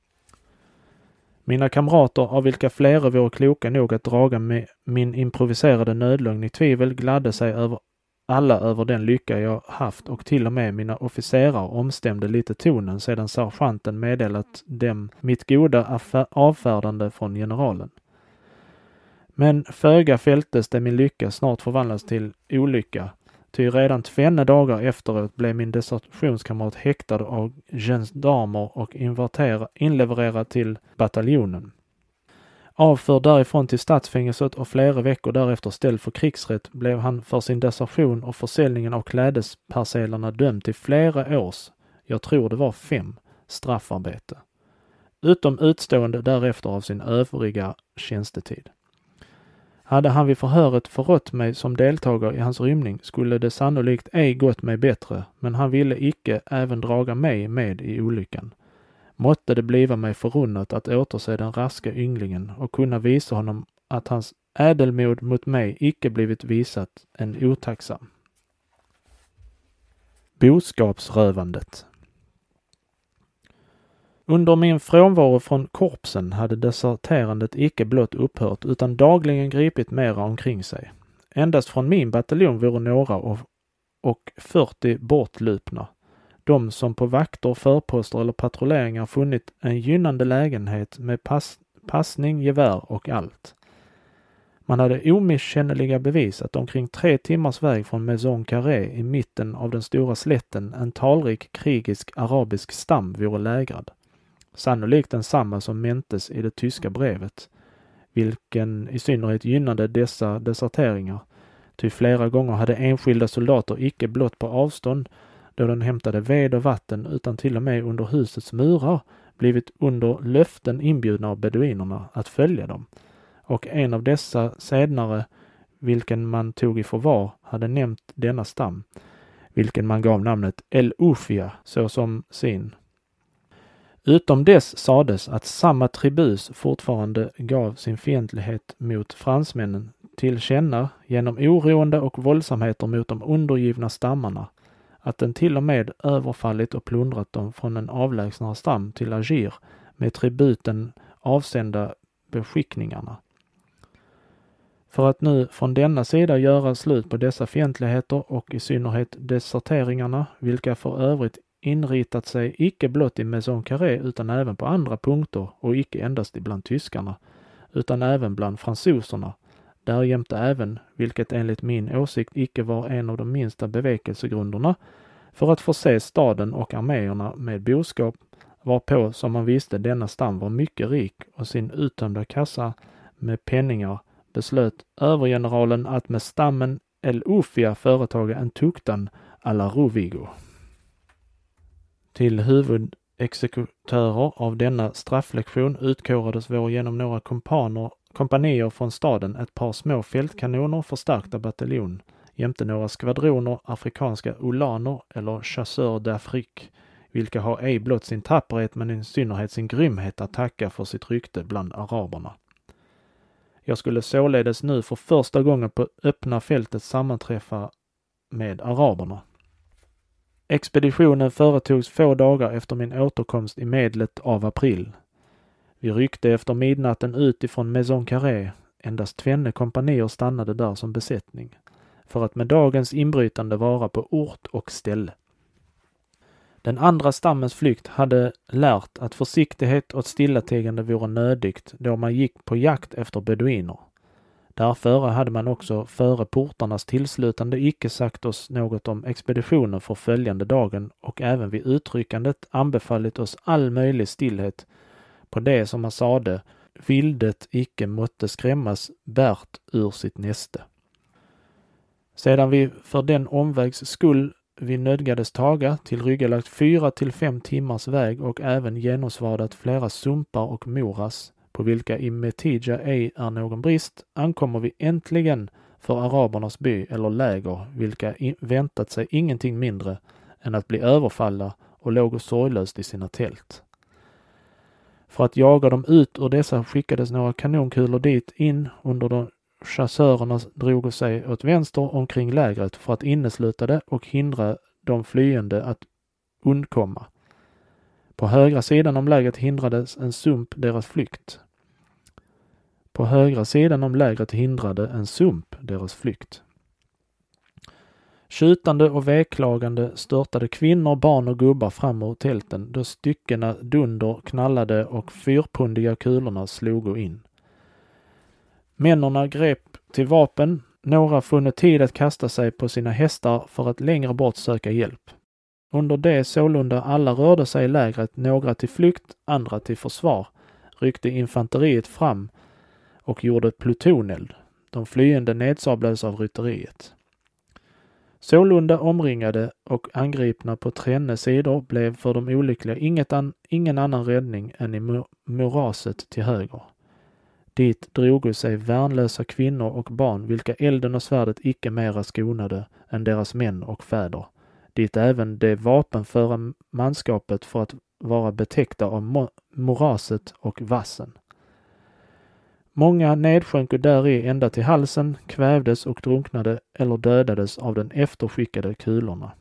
Speaker 1: Mina kamrater, av vilka flera vore kloka nog att draga med min improviserade nödlögn i tvivel, gladde sig över den lycka jag haft och till och med mina officerare omstämde lite tonen sedan sergeanten meddelat dem mitt goda avfärdande från generalen. Men föga fältes det min lycka snart förvandlas till olycka, ty redan 2 dagar efteråt blev min desertionskamrat häktad av gendarmer och inlevererad till bataljonen. Avförd därifrån till stadsfängelset och flera veckor därefter ställd för krigsrätt blev han för sin desertion och försäljningen av klädesparcellerna dömd till flera års, jag tror det var 5, straffarbete. Utom utstående därefter av sin övriga tjänstetid. Hade han vid förhöret förrått mig som deltagare i hans rymning skulle det sannolikt ej gått mig bättre, men han ville icke även draga mig med i olyckan. Måtte det bliva mig förunnat att återse den raska ynglingen och kunna visa honom att hans ädelmod mot mig icke blivit visat en otacksam. Boskapsrövandet. Under min frånvaro från korpsen hade deserterandet icke blott upphört utan dagligen gripit mera omkring sig. Endast från min bataljon vore några och 40 bortlupna. De som på vakter, förposter eller patrulleringar funnit en gynnande lägenhet med passning, gevär och allt. Man hade omisskännliga bevis att omkring 3 timmars väg från Maison Carré i mitten av den stora slätten en talrik krigisk arabisk stam vore lägrad. Sannolikt densamma som mentes i det tyska brevet, vilken i synnerhet gynnade dessa deserteringar, ty flera gånger hade enskilda soldater icke blott på avstånd då den hämtade ved och vatten utan till och med under husets murar blivit under löften inbjudna av beduinerna att följa dem, och en av dessa senare, vilken man tog i förvar, hade nämnt denna stam, vilken man gav namnet El Ufia såsom sin. Utom dess sades att samma tribus fortfarande gav sin fientlighet mot fransmännen till känna genom oroande och våldsamheter mot de undergivna stammarna, att den till och med överfallit och plundrat dem från en avlägsnare stam till Alger med tributen avsända beskickningarna. För att nu från denna sida göra slut på dessa fientligheter och i synnerhet deserteringarna, vilka för övrigt inritat sig icke blott i Maison Carré utan även på andra punkter och icke endast ibland tyskarna, utan även bland fransoserna, därjämte även, vilket enligt min åsikt icke var en av de minsta bevekelsegrunderna, för att förse staden och arméerna med boskap, varpå som man visste denna stam var mycket rik och sin uttömda kassa med penningar beslöt övergeneralen att med stammen El Ufia företaga en tuktan à la Rovigo. Till huvudexekutörer av denna strafflektion utkårades vår genom några kompanier från staden ett par små fältkanoner förstärkta bataljon, jämte några skvadroner afrikanska ulaner eller chasseurs d'Afrique, vilka har ej blott sin tapperhet men i synnerhet sin grymhet att tacka för sitt rykte bland araberna. Jag skulle således nu för första gången på öppna fältet sammanträffa med araberna. Expeditionen företogs få dagar efter min återkomst i medlet av april. Vi ryckte efter midnatten ut ifrån Maison Carré. Endast 2 kompanier stannade där som besättning, för att med dagens inbrytande vara på ort och ställe. Den andra stammens flykt hade lärt att försiktighet och stillatigande vore nödigt då man gick på jakt efter beduiner. Därför hade man också före portarnas tillslutande icke sagt oss något om expeditionen för följande dagen och även vid utryckandet anbefallit oss all möjlig stillhet på det som man sade, vildet icke måtte skrämmas bärt ur sitt näste. Sedan vi för den omvägs skull vi nödgades taga till ryggelagt 4 till 5 timmars väg och även genomsvadat flera sumpar och moras, på vilka i Metidja ej är någon brist, ankommer vi äntligen för arabernas by eller läger, vilka väntat sig ingenting mindre än att bli överfalla och låg sorglöst i sina tält. För att jaga dem ut ur dessa skickades några kanonkulor dit in under de chassörerna drog sig åt vänster omkring lägret för att innesluta det och hindra de flyende att undkomma. På högra sidan om lägret hindrades en sump deras flykt. Skjutande och väklagande störtade kvinnor, barn och gubbar fram ur tälten då styckena dunder knallade och 4-pundiga kulorna slog in. Männerna grep till vapen, några funne tid att kasta sig på sina hästar för att längre bort söka hjälp. Under det sålunda alla rörde sig i lägret, några till flykt, andra till försvar, ryckte infanteriet fram och gjorde plutoneld. De flyende nedsablades av rytteriet. Sålunda omringade och angripna på 3 sidor blev för de olyckliga ingen annan räddning än i moraset till höger. Dit drogo sig värnlösa kvinnor och barn, vilka elden och svärdet icke mera skonade än deras män och fäder. Dit även det vapenföra manskapet för att vara betäckta av moraset och vassen. Många nedsjönk där i ända till halsen, kvävdes och drunknade eller dödades av den efterskickade kulorna.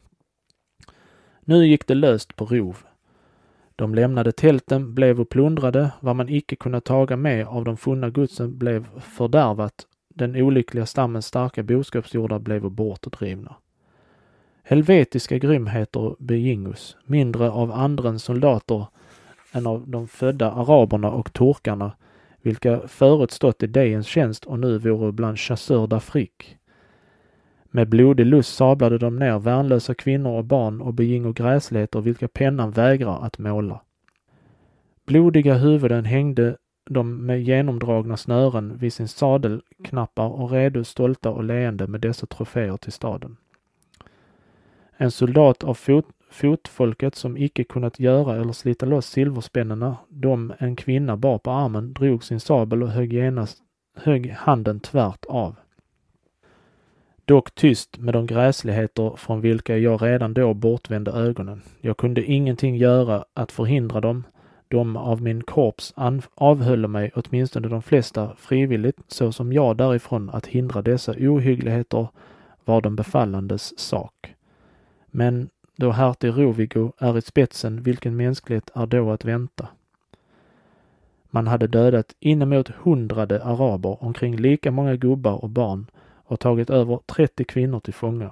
Speaker 1: Nu gick det löst på rov. De lämnade tälten, blev upplundrade, vad man icke kunde taga med av de funna godsen blev fördärvat, den olyckliga stammens starka boskapsjordar blev bortdrivna. Helvetiska grymheter begingus, mindre av andra soldater än av de födda araberna och turkarna, vilka förut stått i Dejens tjänst och nu vore bland chasseur d'Afrique. Med blodig lust sablade de ner värnlösa kvinnor och barn och begingo gräsligheter vilka pennan vägrar att måla. Blodiga huvuden hängde de med genomdragna snören vid sin sadelknappar och redo stolta och leende med dessa troféer till staden. En soldat av fotfolket som icke kunnat göra eller slita loss silverspännena, en kvinna bar på armen, drog sin sabel och högg handen tvärt av. Dock tyst med de gräsligheter från vilka jag redan då bortvände ögonen. Jag kunde ingenting göra att förhindra dem. De av min korps avhöll mig, åtminstone de flesta frivilligt, så som jag därifrån att hindra dessa ohyggligheter var de befallandes sak. Men då hertig Rovigo är i spetsen, vilken mänsklighet är då att vänta? Man hade dödat inemot 100 araber, omkring lika många gubbar och barn, och tagit över 30 kvinnor till fångar.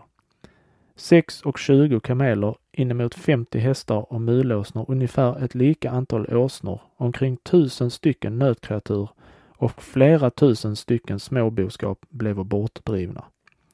Speaker 1: 20 kameler, inemot 50 hästar och mulåsnor, ungefär ett lika antal åsnor, omkring 1000 stycken nötkreatur och flera tusen stycken småboskap blev bortdrivna.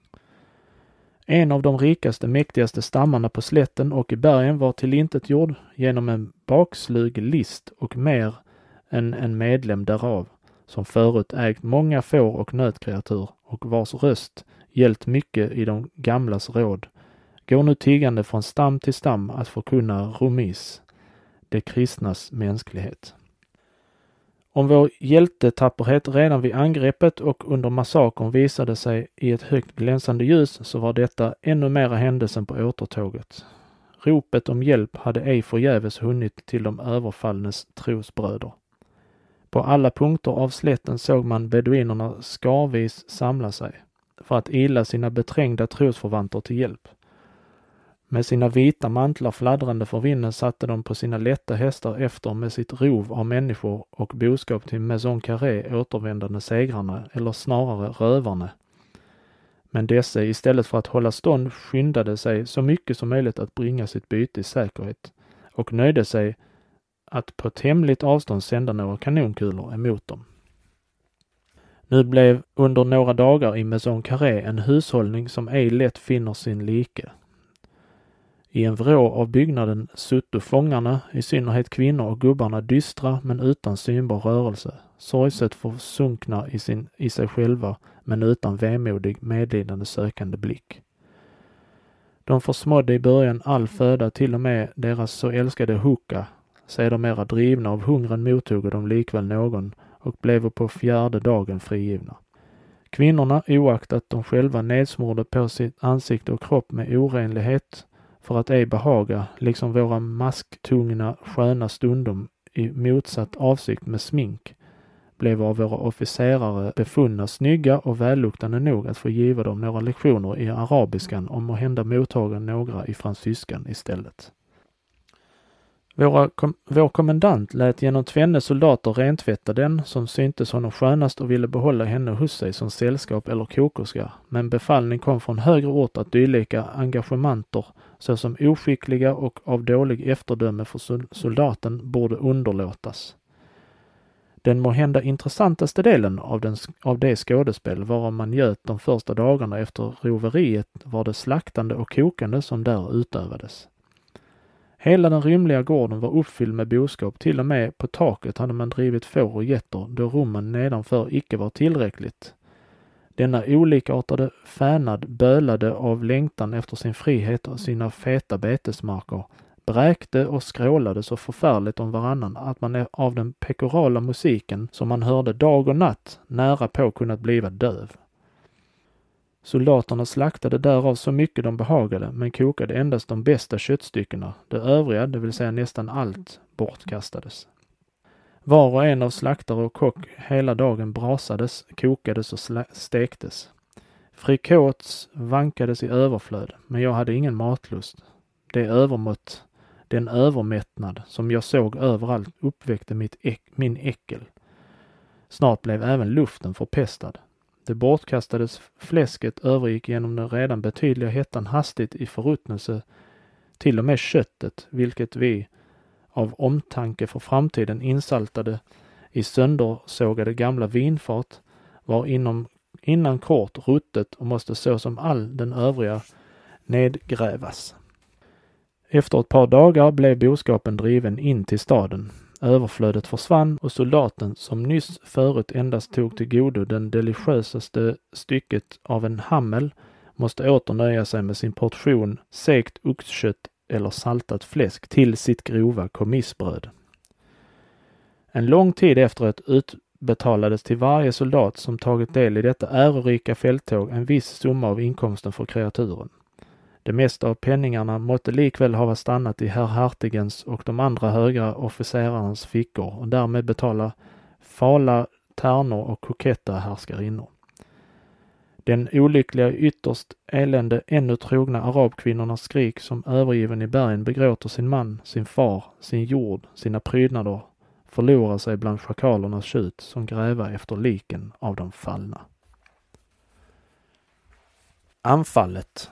Speaker 1: En av de rikaste, mäktigaste stammarna på slätten och i bergen var tillintetgjord genom en bakslug list och mer än en medlem därav, som förut ägt många får och nötkreatur och vars röst gällt mycket i de gamlas råd, går nu tiggande från stam till stam att förkunna Rumis, det kristnas mänsklighet. Om vår hjältetapperhet redan vid angreppet och under massakern visade sig i ett högt glänsande ljus, så var detta ännu mera händelsen på återtåget. Ropet om hjälp hade ej förgäves hunnit till de överfallnes trosbröder. På alla punkter av slätten såg man beduinerna skarvis samla sig för att ila sina beträngda trosförvanter till hjälp. Med sina vita mantlar fladdrande för vinden satte de på sina lätta hästar efter med sitt rov av människor och boskap till Maison Carré återvändande segrarna, eller snarare rövarna. Men dessa istället för att hålla stånd skyndade sig så mycket som möjligt att bringa sitt byte i säkerhet och nöjde sig att på ett hemligt avstånd sända några kanonkulor emot dem. Nu blev under några dagar i Maison Carré en hushållning som ej lätt finner sin like. I en vrå av byggnaden sutto fångarna, i synnerhet kvinnor och gubbarna, dystra men utan synbar rörelse, sorgset försunkna i sig själva men utan vemodig, medlidande sökande blick. De försmådde i början all föda, till och med deras så älskade hucka, sedermera drivna av hungren mottog de likväl någon och blev på 4:e dagen frigivna. Kvinnorna, oaktat de själva nedsmorde på sitt ansikte och kropp med orenlighet för att ej behaga, liksom våra masktungna sköna stundom i motsatt avsikt med smink, blev av våra officerare befunna snygga och välluktande nog att få giva dem några lektioner i arabiskan och måhända mottaga några i fransyskan istället. Vår kommendant lät genom tvenne soldater rentvätta den som syntes honom skönast och ville behålla henne hos sig som sällskap eller kokerska, men befallning kom från högre ort att dylika engagemanter såsom oskickliga och av dålig efterdöme för soldaten borde underlåtas. Den måhända intressantaste delen av det skådespel varom man göt de första dagarna efter roveriet var det slaktande och kokande som där utövades. Hela den rymliga gården var uppfylld med boskap, till och med på taket hade man drivit får och getter då rummen nedanför icke var tillräckligt. Denna olikartade fänad bölade av längtan efter sin frihet och sina feta betesmarker, bräkte och skrålade så förfärligt om varannan att man av den pekorala musiken som man hörde dag och natt nära på kunnat bliva döv. Soldaterna slaktade därav så mycket de behagade, men kokade endast de bästa köttstyckena. Det övriga, det vill säga nästan allt, bortkastades. Var och en av slaktare och kock hela dagen brasades, kokades och stektes. Frikåts vankades i överflöd, men jag hade ingen matlust. Det övermått, den övermättnad som jag såg överallt uppväckte min äckel. Snart blev även luften förpestad. Det bortkastades fläsket övergick genom den redan betydliga hettan hastigt i förruttnelse, till och med köttet, vilket vi av omtanke för framtiden insaltade i söndersågade gamla vinfat, var innan kort ruttet och måste så som all den övriga nedgrävas. Efter ett par dagar blev boskapen driven in till staden. Överflödet försvann och soldaten, som nyss förut endast tog till godo den deliciösaste stycket av en hammel, måste åter nöja sig med sin portion segt oxkött eller saltat fläsk till sitt grova kommissbröd. En lång tid efteråt utbetalades till varje soldat som tagit del i detta ärorika fälttåg en viss summa av inkomsten för kreaturen. Det mesta av penningarna måtte likväl ha stannat i herr Hartigens och de andra högra officerarnas fickor och därmed betala fala tärnor och koketta härskarinnor. Den olyckliga ytterst elände ännu trogna arabkvinnornas skrik som övergiven i bergen begråter sin man, sin far, sin jord, sina prydnader, förlorar sig bland schakalernas tjut som gräva efter liken av de fallna. Anfallet.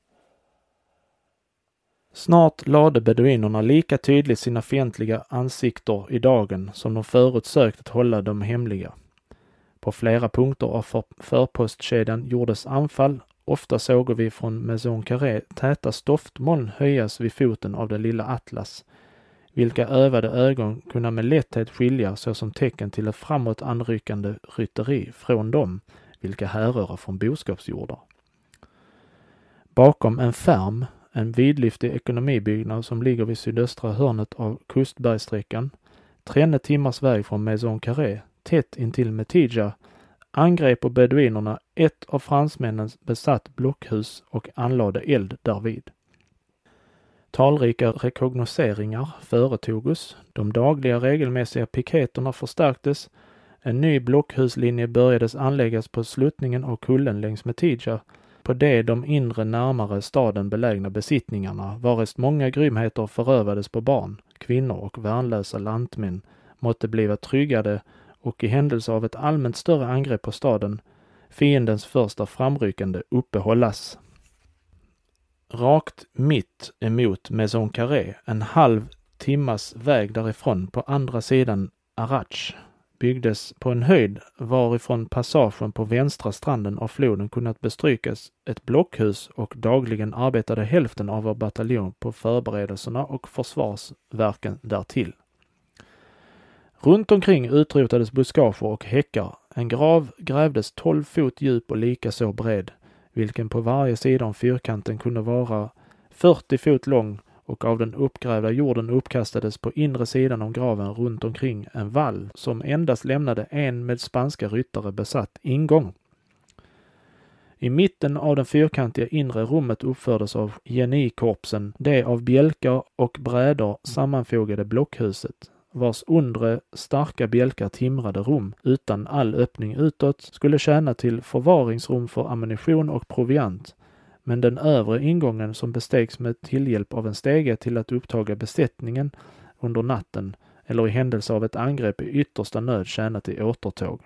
Speaker 1: Snart lade beduinerna lika tydligt sina fientliga ansikter i dagen som de förut sökt att hålla dem hemliga. På flera punkter av förpostkedjan gjordes anfall. Ofta såg vi från Maison Carré täta stoftmoln höjas vid foten av det lilla Atlas, vilka övade ögon kunna med lätthet skilja såsom tecken till ett framåt anryckande rytteri från dem, vilka härrör från boskapsjordar. Bakom en färm, en vidlyftig ekonomibyggnad som ligger vid sydöstra hörnet av kustbergsträckan, 3 timmars väg från Maison Carré, tätt intill Metidja, angrep på beduinerna ett av fransmännens besatt blockhus och anlade eld därvid. Talrika rekognoseringar företogs, de dagliga regelmässiga piketerna förstärktes, en ny blockhuslinje börjades anläggas på sluttningen av kullen längs med Tidja, på de inre närmare staden belägna besittningarna, varest många grymheter förövades på barn, kvinnor och värnlösa lantmän, måtte bliva tryggade och i händelse av ett allmänt större angrepp på staden, fiendens första framryckande uppehållas. Rakt mitt emot Maison Carré, en halv timmas väg därifrån på andra sidan Arach, byggdes på en höjd varifrån passagen på vänstra stranden av floden kunnat bestrykas ett blockhus och dagligen arbetade hälften av vår bataljon på förberedelserna och försvarsverken därtill. Runt omkring utrotades buskager och häckar. En grav grävdes 12 fot djup och lika så bred, vilken på varje sida om fyrkanten kunde vara 40 fot lång, och av den uppgrävda jorden uppkastades på inre sidan om graven runt omkring en vall som endast lämnade en med spanska ryttare besatt ingång. I mitten av den fyrkantiga inre rummet uppfördes av genikorpsen det av bjälkar och brädor sammanfogade blockhuset, vars undre starka bjälkar timrade rum utan all öppning utåt skulle tjäna till förvaringsrum för ammunition och proviant, men den övre ingången som bestegs med tillhjälp av en stege till att upptaga besättningen under natten eller i händelse av ett angrepp i yttersta nöd tjäna till återtåg.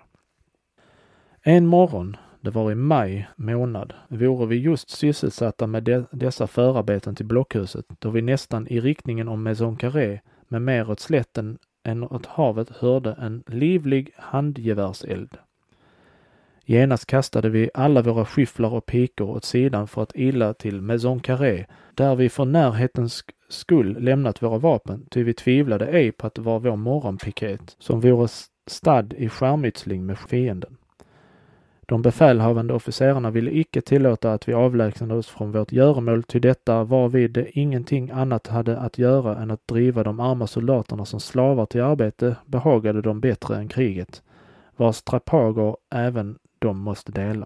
Speaker 1: En morgon, det var i maj månad, vore vi just sysselsatta med dessa förarbeten till blockhuset, då vi nästan i riktningen om Maison Carré med mer åt slätten än åt havet hörde en livlig handgevärseld. Genast kastade vi alla våra skyfflar och pikor åt sidan för att ila till Maison Carré, där vi för närhetens skull lämnat våra vapen, ty vi tvivlade ej på att det var vår morgonpiket, som vore stadd i skärmytsling med fienden. De befälhavande officerarna ville icke tillåta att vi avlägsnade oss från vårt göromål, ty detta var vi det ingenting annat hade att göra än att driva de arma soldaterna som slavar till arbete behagade dem bättre än kriget, vars trapager även de måste dela.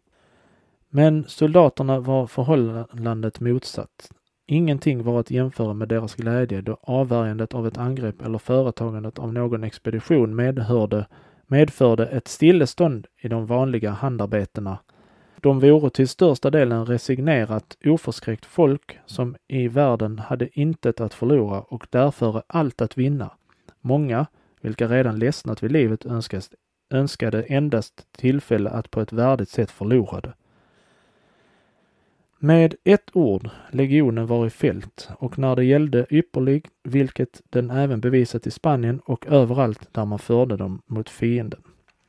Speaker 1: Men soldaterna var förhållandet motsatt. Ingenting var att jämföra med deras glädje då avvärjandet av ett angrepp eller företagandet av någon expedition medförde ett stillestånd i de vanliga handarbetena. De vore till största delen resignerat, oförskräckt folk som i världen hade intet att förlora och därför allt att vinna. Många, vilka redan ledsnat vid livet, önskade endast tillfälle att på ett värdigt sätt förlora det. Med ett ord, legionen var i fält, och när det gällde ypperlig, vilket den även bevisat i Spanien och överallt där man förde dem mot fienden.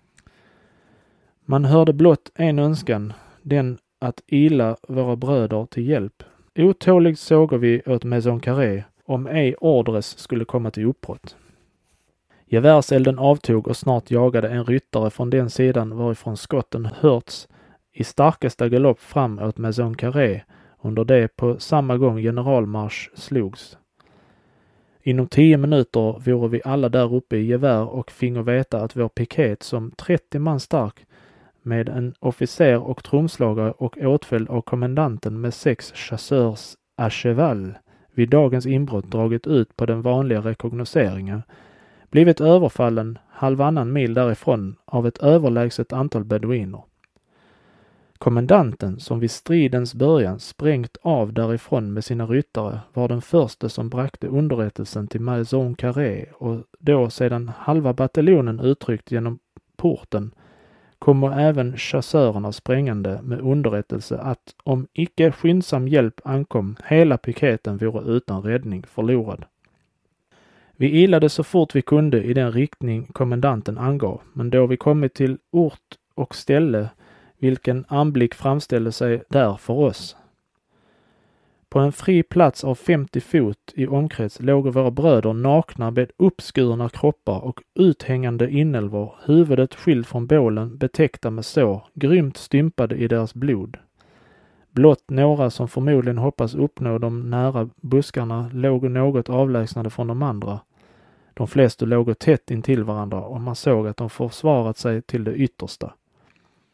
Speaker 1: Man hörde blott en önskan, den att ila våra bröder till hjälp. Otåligt såg vi åt Maison Carré, om ej ordres skulle komma till uppbrott. Gevärselden avtog och snart jagade en ryttare från den sidan varifrån skotten hörts i starkaste galopp fram åt Maison Carré, under det på samma gång generalmarsch slogs. Inom 10 minuter vore vi alla där uppe i gevär och fingo veta att vår piket som 30 man stark med en officer och tromslagare och åtföljd av kommendanten med 6 chasseurs à cheval vid dagens inbrott dragit ut på den vanliga rekognoseringen, blivit överfallen halvannan mil därifrån av ett överlägset antal beduiner. Kommendanten, som vid stridens början sprängt av därifrån med sina ryttare, var den första som brakte underrättelsen till Maison Carré, och då sedan halva bataljonen uttryckt genom porten kommer även chassörerna sprängande med underrättelse att om icke skyndsam hjälp ankom, hela piketen vore utan räddning förlorad. Vi ilade så fort vi kunde i den riktning kommendanten angav, men då vi kommit till ort och ställe, vilken anblick framställde sig där för oss. På en fri plats av 50 fot i omkrets låg våra bröder nakna med uppskurna kroppar och uthängande inälvor, huvudet skilt från bålen, betäckta med sår, grymt stympade i deras blod. Blott några som förmodligen hoppas uppnå de nära buskarna låg något avlägsnade från de andra. De flesta låg tätt intill varandra och man såg att de försvarat sig till det yttersta.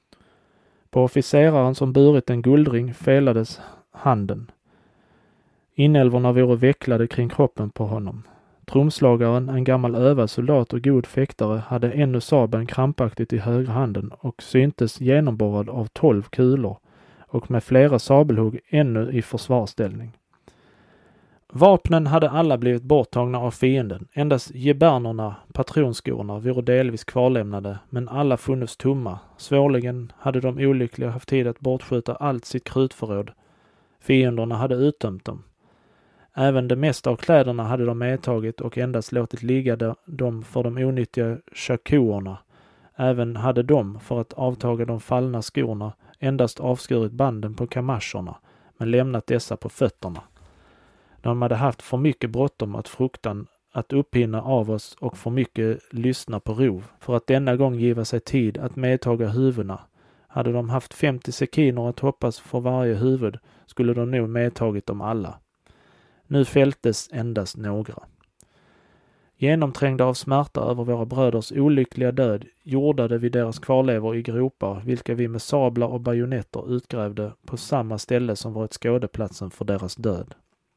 Speaker 1: På officeraren som burit en guldring felades handen. Inälvorna vore vecklade kring kroppen på honom. Tromslagaren, en gammal övad soldat och god fäktare, hade ännu sabeln krampaktigt i högra handen och syntes genomborrad av 12 kulor och med flera sabelhugg ännu i försvarsställning. Vapnen hade alla blivit borttagna av fienden. Endast gebärnerna, patronskorna, vore delvis kvarlämnade, men alla funnits tomma. Svårligen hade de olyckliga haft tid att bortskjuta allt sitt krutförråd. Fienderna hade uttömt dem. Även det mesta av kläderna hade de medtagit och endast låtit ligga dem för de onyttiga chakoerna. Även hade de, för att avtaga de fallna skorna, endast avskurit banden på kamascherna, men lämnat dessa på fötterna. De hade haft för mycket bråttom att fruktan att upphinna av oss och för mycket lyssna på rov, för att denna gång giva sig tid att medtaga huvudena. Hade de haft 50 sekiner att hoppas för varje huvud, skulle de nog medtagit dem alla. Nu fältes endast några. Genomträngda av smärta över våra bröders olyckliga död, jordade vi deras kvarlevor i gropar, vilka vi med sablar och bajonetter utgrävde på samma ställe som varit skådeplatsen för deras död.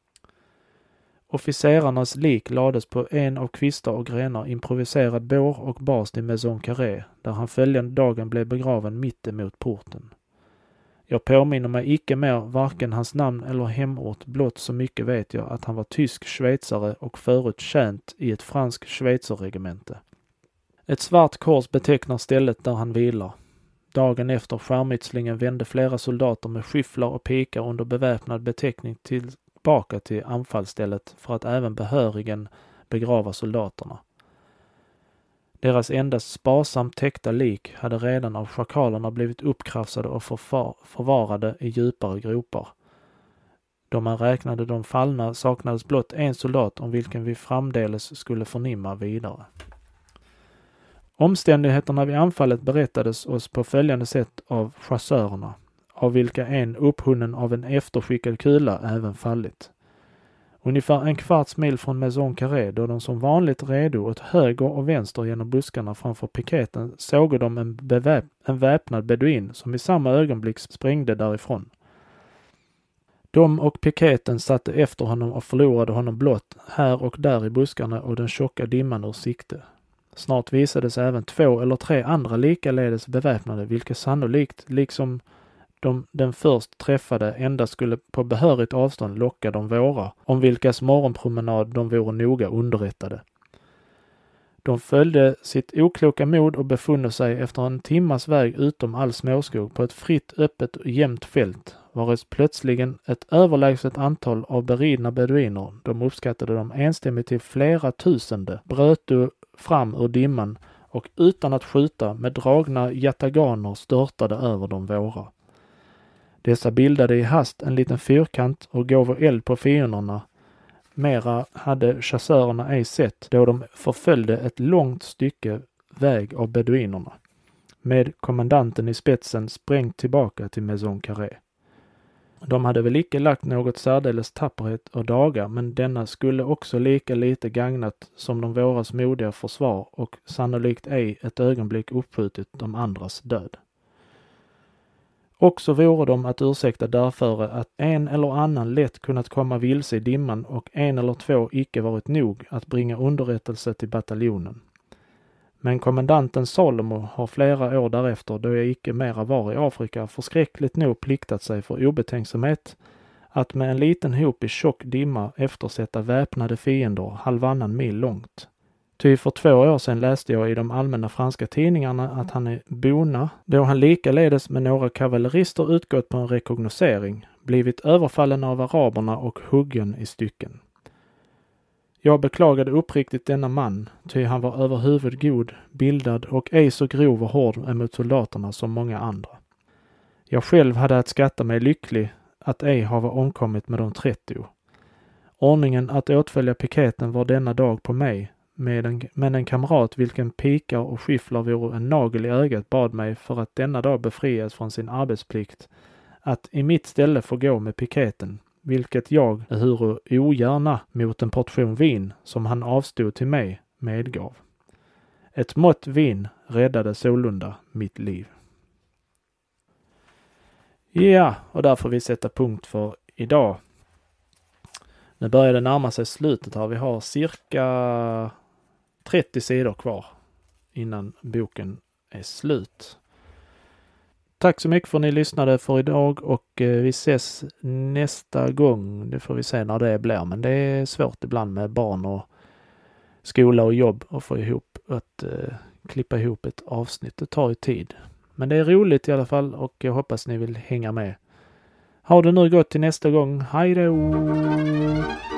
Speaker 1: Officerarnas lik lades på en av kvistar och grenar improviserad bår och bars till Maison Carré, där han följande dagen blev begraven mitt emot porten. Jag påminner mig icke mer varken hans namn eller hemort, blott så mycket vet jag att han var tysk schweizare och förut tjänt i ett fransk schweizerregemente. Ett svart kors betecknar stället där han vilar. Dagen efter skärmytslingen vände flera soldater med skyfflar och pikar under beväpnad beteckning tillbaka till anfallsstället för att även behörigen begrava soldaterna. Deras endast sparsamt täckta lik hade redan av schakalerna blivit uppkrafsade och förvarade i djupare gropar. Då man räknade de fallna saknades blott en soldat om vilken vi framdeles skulle förnimma vidare. Omständigheterna vid anfallet berättades oss på följande sätt av chassörerna, av vilka en upphunnen av en efterskickad kula även fallit. Ungefär en kvarts mil från Maison Carré, då de som vanligt redo åt höger och vänster genom buskarna framför piketen, såg de en väpnad beduin som i samma ögonblick sprängde därifrån. De och piketen satte efter honom och förlorade honom blott här och där i buskarna och den tjocka dimman ur sikte. Snart visades även 2 eller 3 andra likaledes beväpnade, vilka sannolikt, liksom den först träffade, endast skulle på behörigt avstånd locka de våra, om vilkas morgonpromenad de vore noga underrättade. De följde sitt okloka mod och befunne sig efter en timmas väg utom all småskog på ett fritt, öppet och jämnt fält, vares plötsligen ett överlägset antal av beridna beduiner, de uppskattade dem enstämmigt till flera tusende, bröt fram ur dimman och utan att skjuta med dragna yataganer störtade över de våra. Dessa bildade i hast en liten fyrkant och gav eld på fienderna. Mera hade chassörerna ej sett, då de förföljde ett långt stycke väg av beduinerna, med kommandanten i spetsen sprängt tillbaka till Maison Carré. De hade väl icke lagt något särdeles tapperhet och dagar, men denna skulle också lika lite gagnat som de våras modiga försvar och sannolikt ej ett ögonblick uppskjutit de andras död. Också vore de att ursäkta därför att en eller annan lätt kunnat komma vilse i dimman och 1 eller 2 icke varit nog att bringa underrättelse till bataljonen. Men kommandanten Salomo har flera år därefter, då jag icke mera var i Afrika, förskräckligt nog pliktat sig för obetänksamhet att med en liten hop i tjock dimma eftersätta väpnade fiender halvannan mil långt. Ty för 2 år sedan läste jag i de allmänna franska tidningarna att han är bona, då han likaledes med några kavallerister utgått på en rekognosering, blivit överfallen av araberna och huggen i stycken. Jag beklagade uppriktigt denna man, ty han var överhuvud god, bildad och ej så grov och hård emot soldaterna som många andra. Jag själv hade att skatta mig lycklig att ej hava omkommit med de 30. Ordningen att åtfölja piketen var denna dag på mig, men en kamrat vilken pikar och skyfflar vore en nagel i ögat bad mig för att denna dag befrias från sin arbetsplikt att i mitt ställe få gå med piketen, vilket jag, ehuru ogärna mot en portion vin som han avstod till mig, medgav. Ett mått vin räddade sålunda mitt liv. Ja, och där får vi sätta punkt för idag. Nu börjar det närma sig slutet här. Vi har cirka 30 sidor kvar innan boken är slut. Tack så mycket för att ni lyssnade för idag och vi ses nästa gång. Det får vi se när det blir, men det är svårt ibland med barn och skola och jobb och få ihop att klippa ihop ett avsnitt. Det tar ju tid. Men det är roligt i alla fall och jag hoppas ni vill hänga med. Ha det nu gott till nästa gång. Hej då!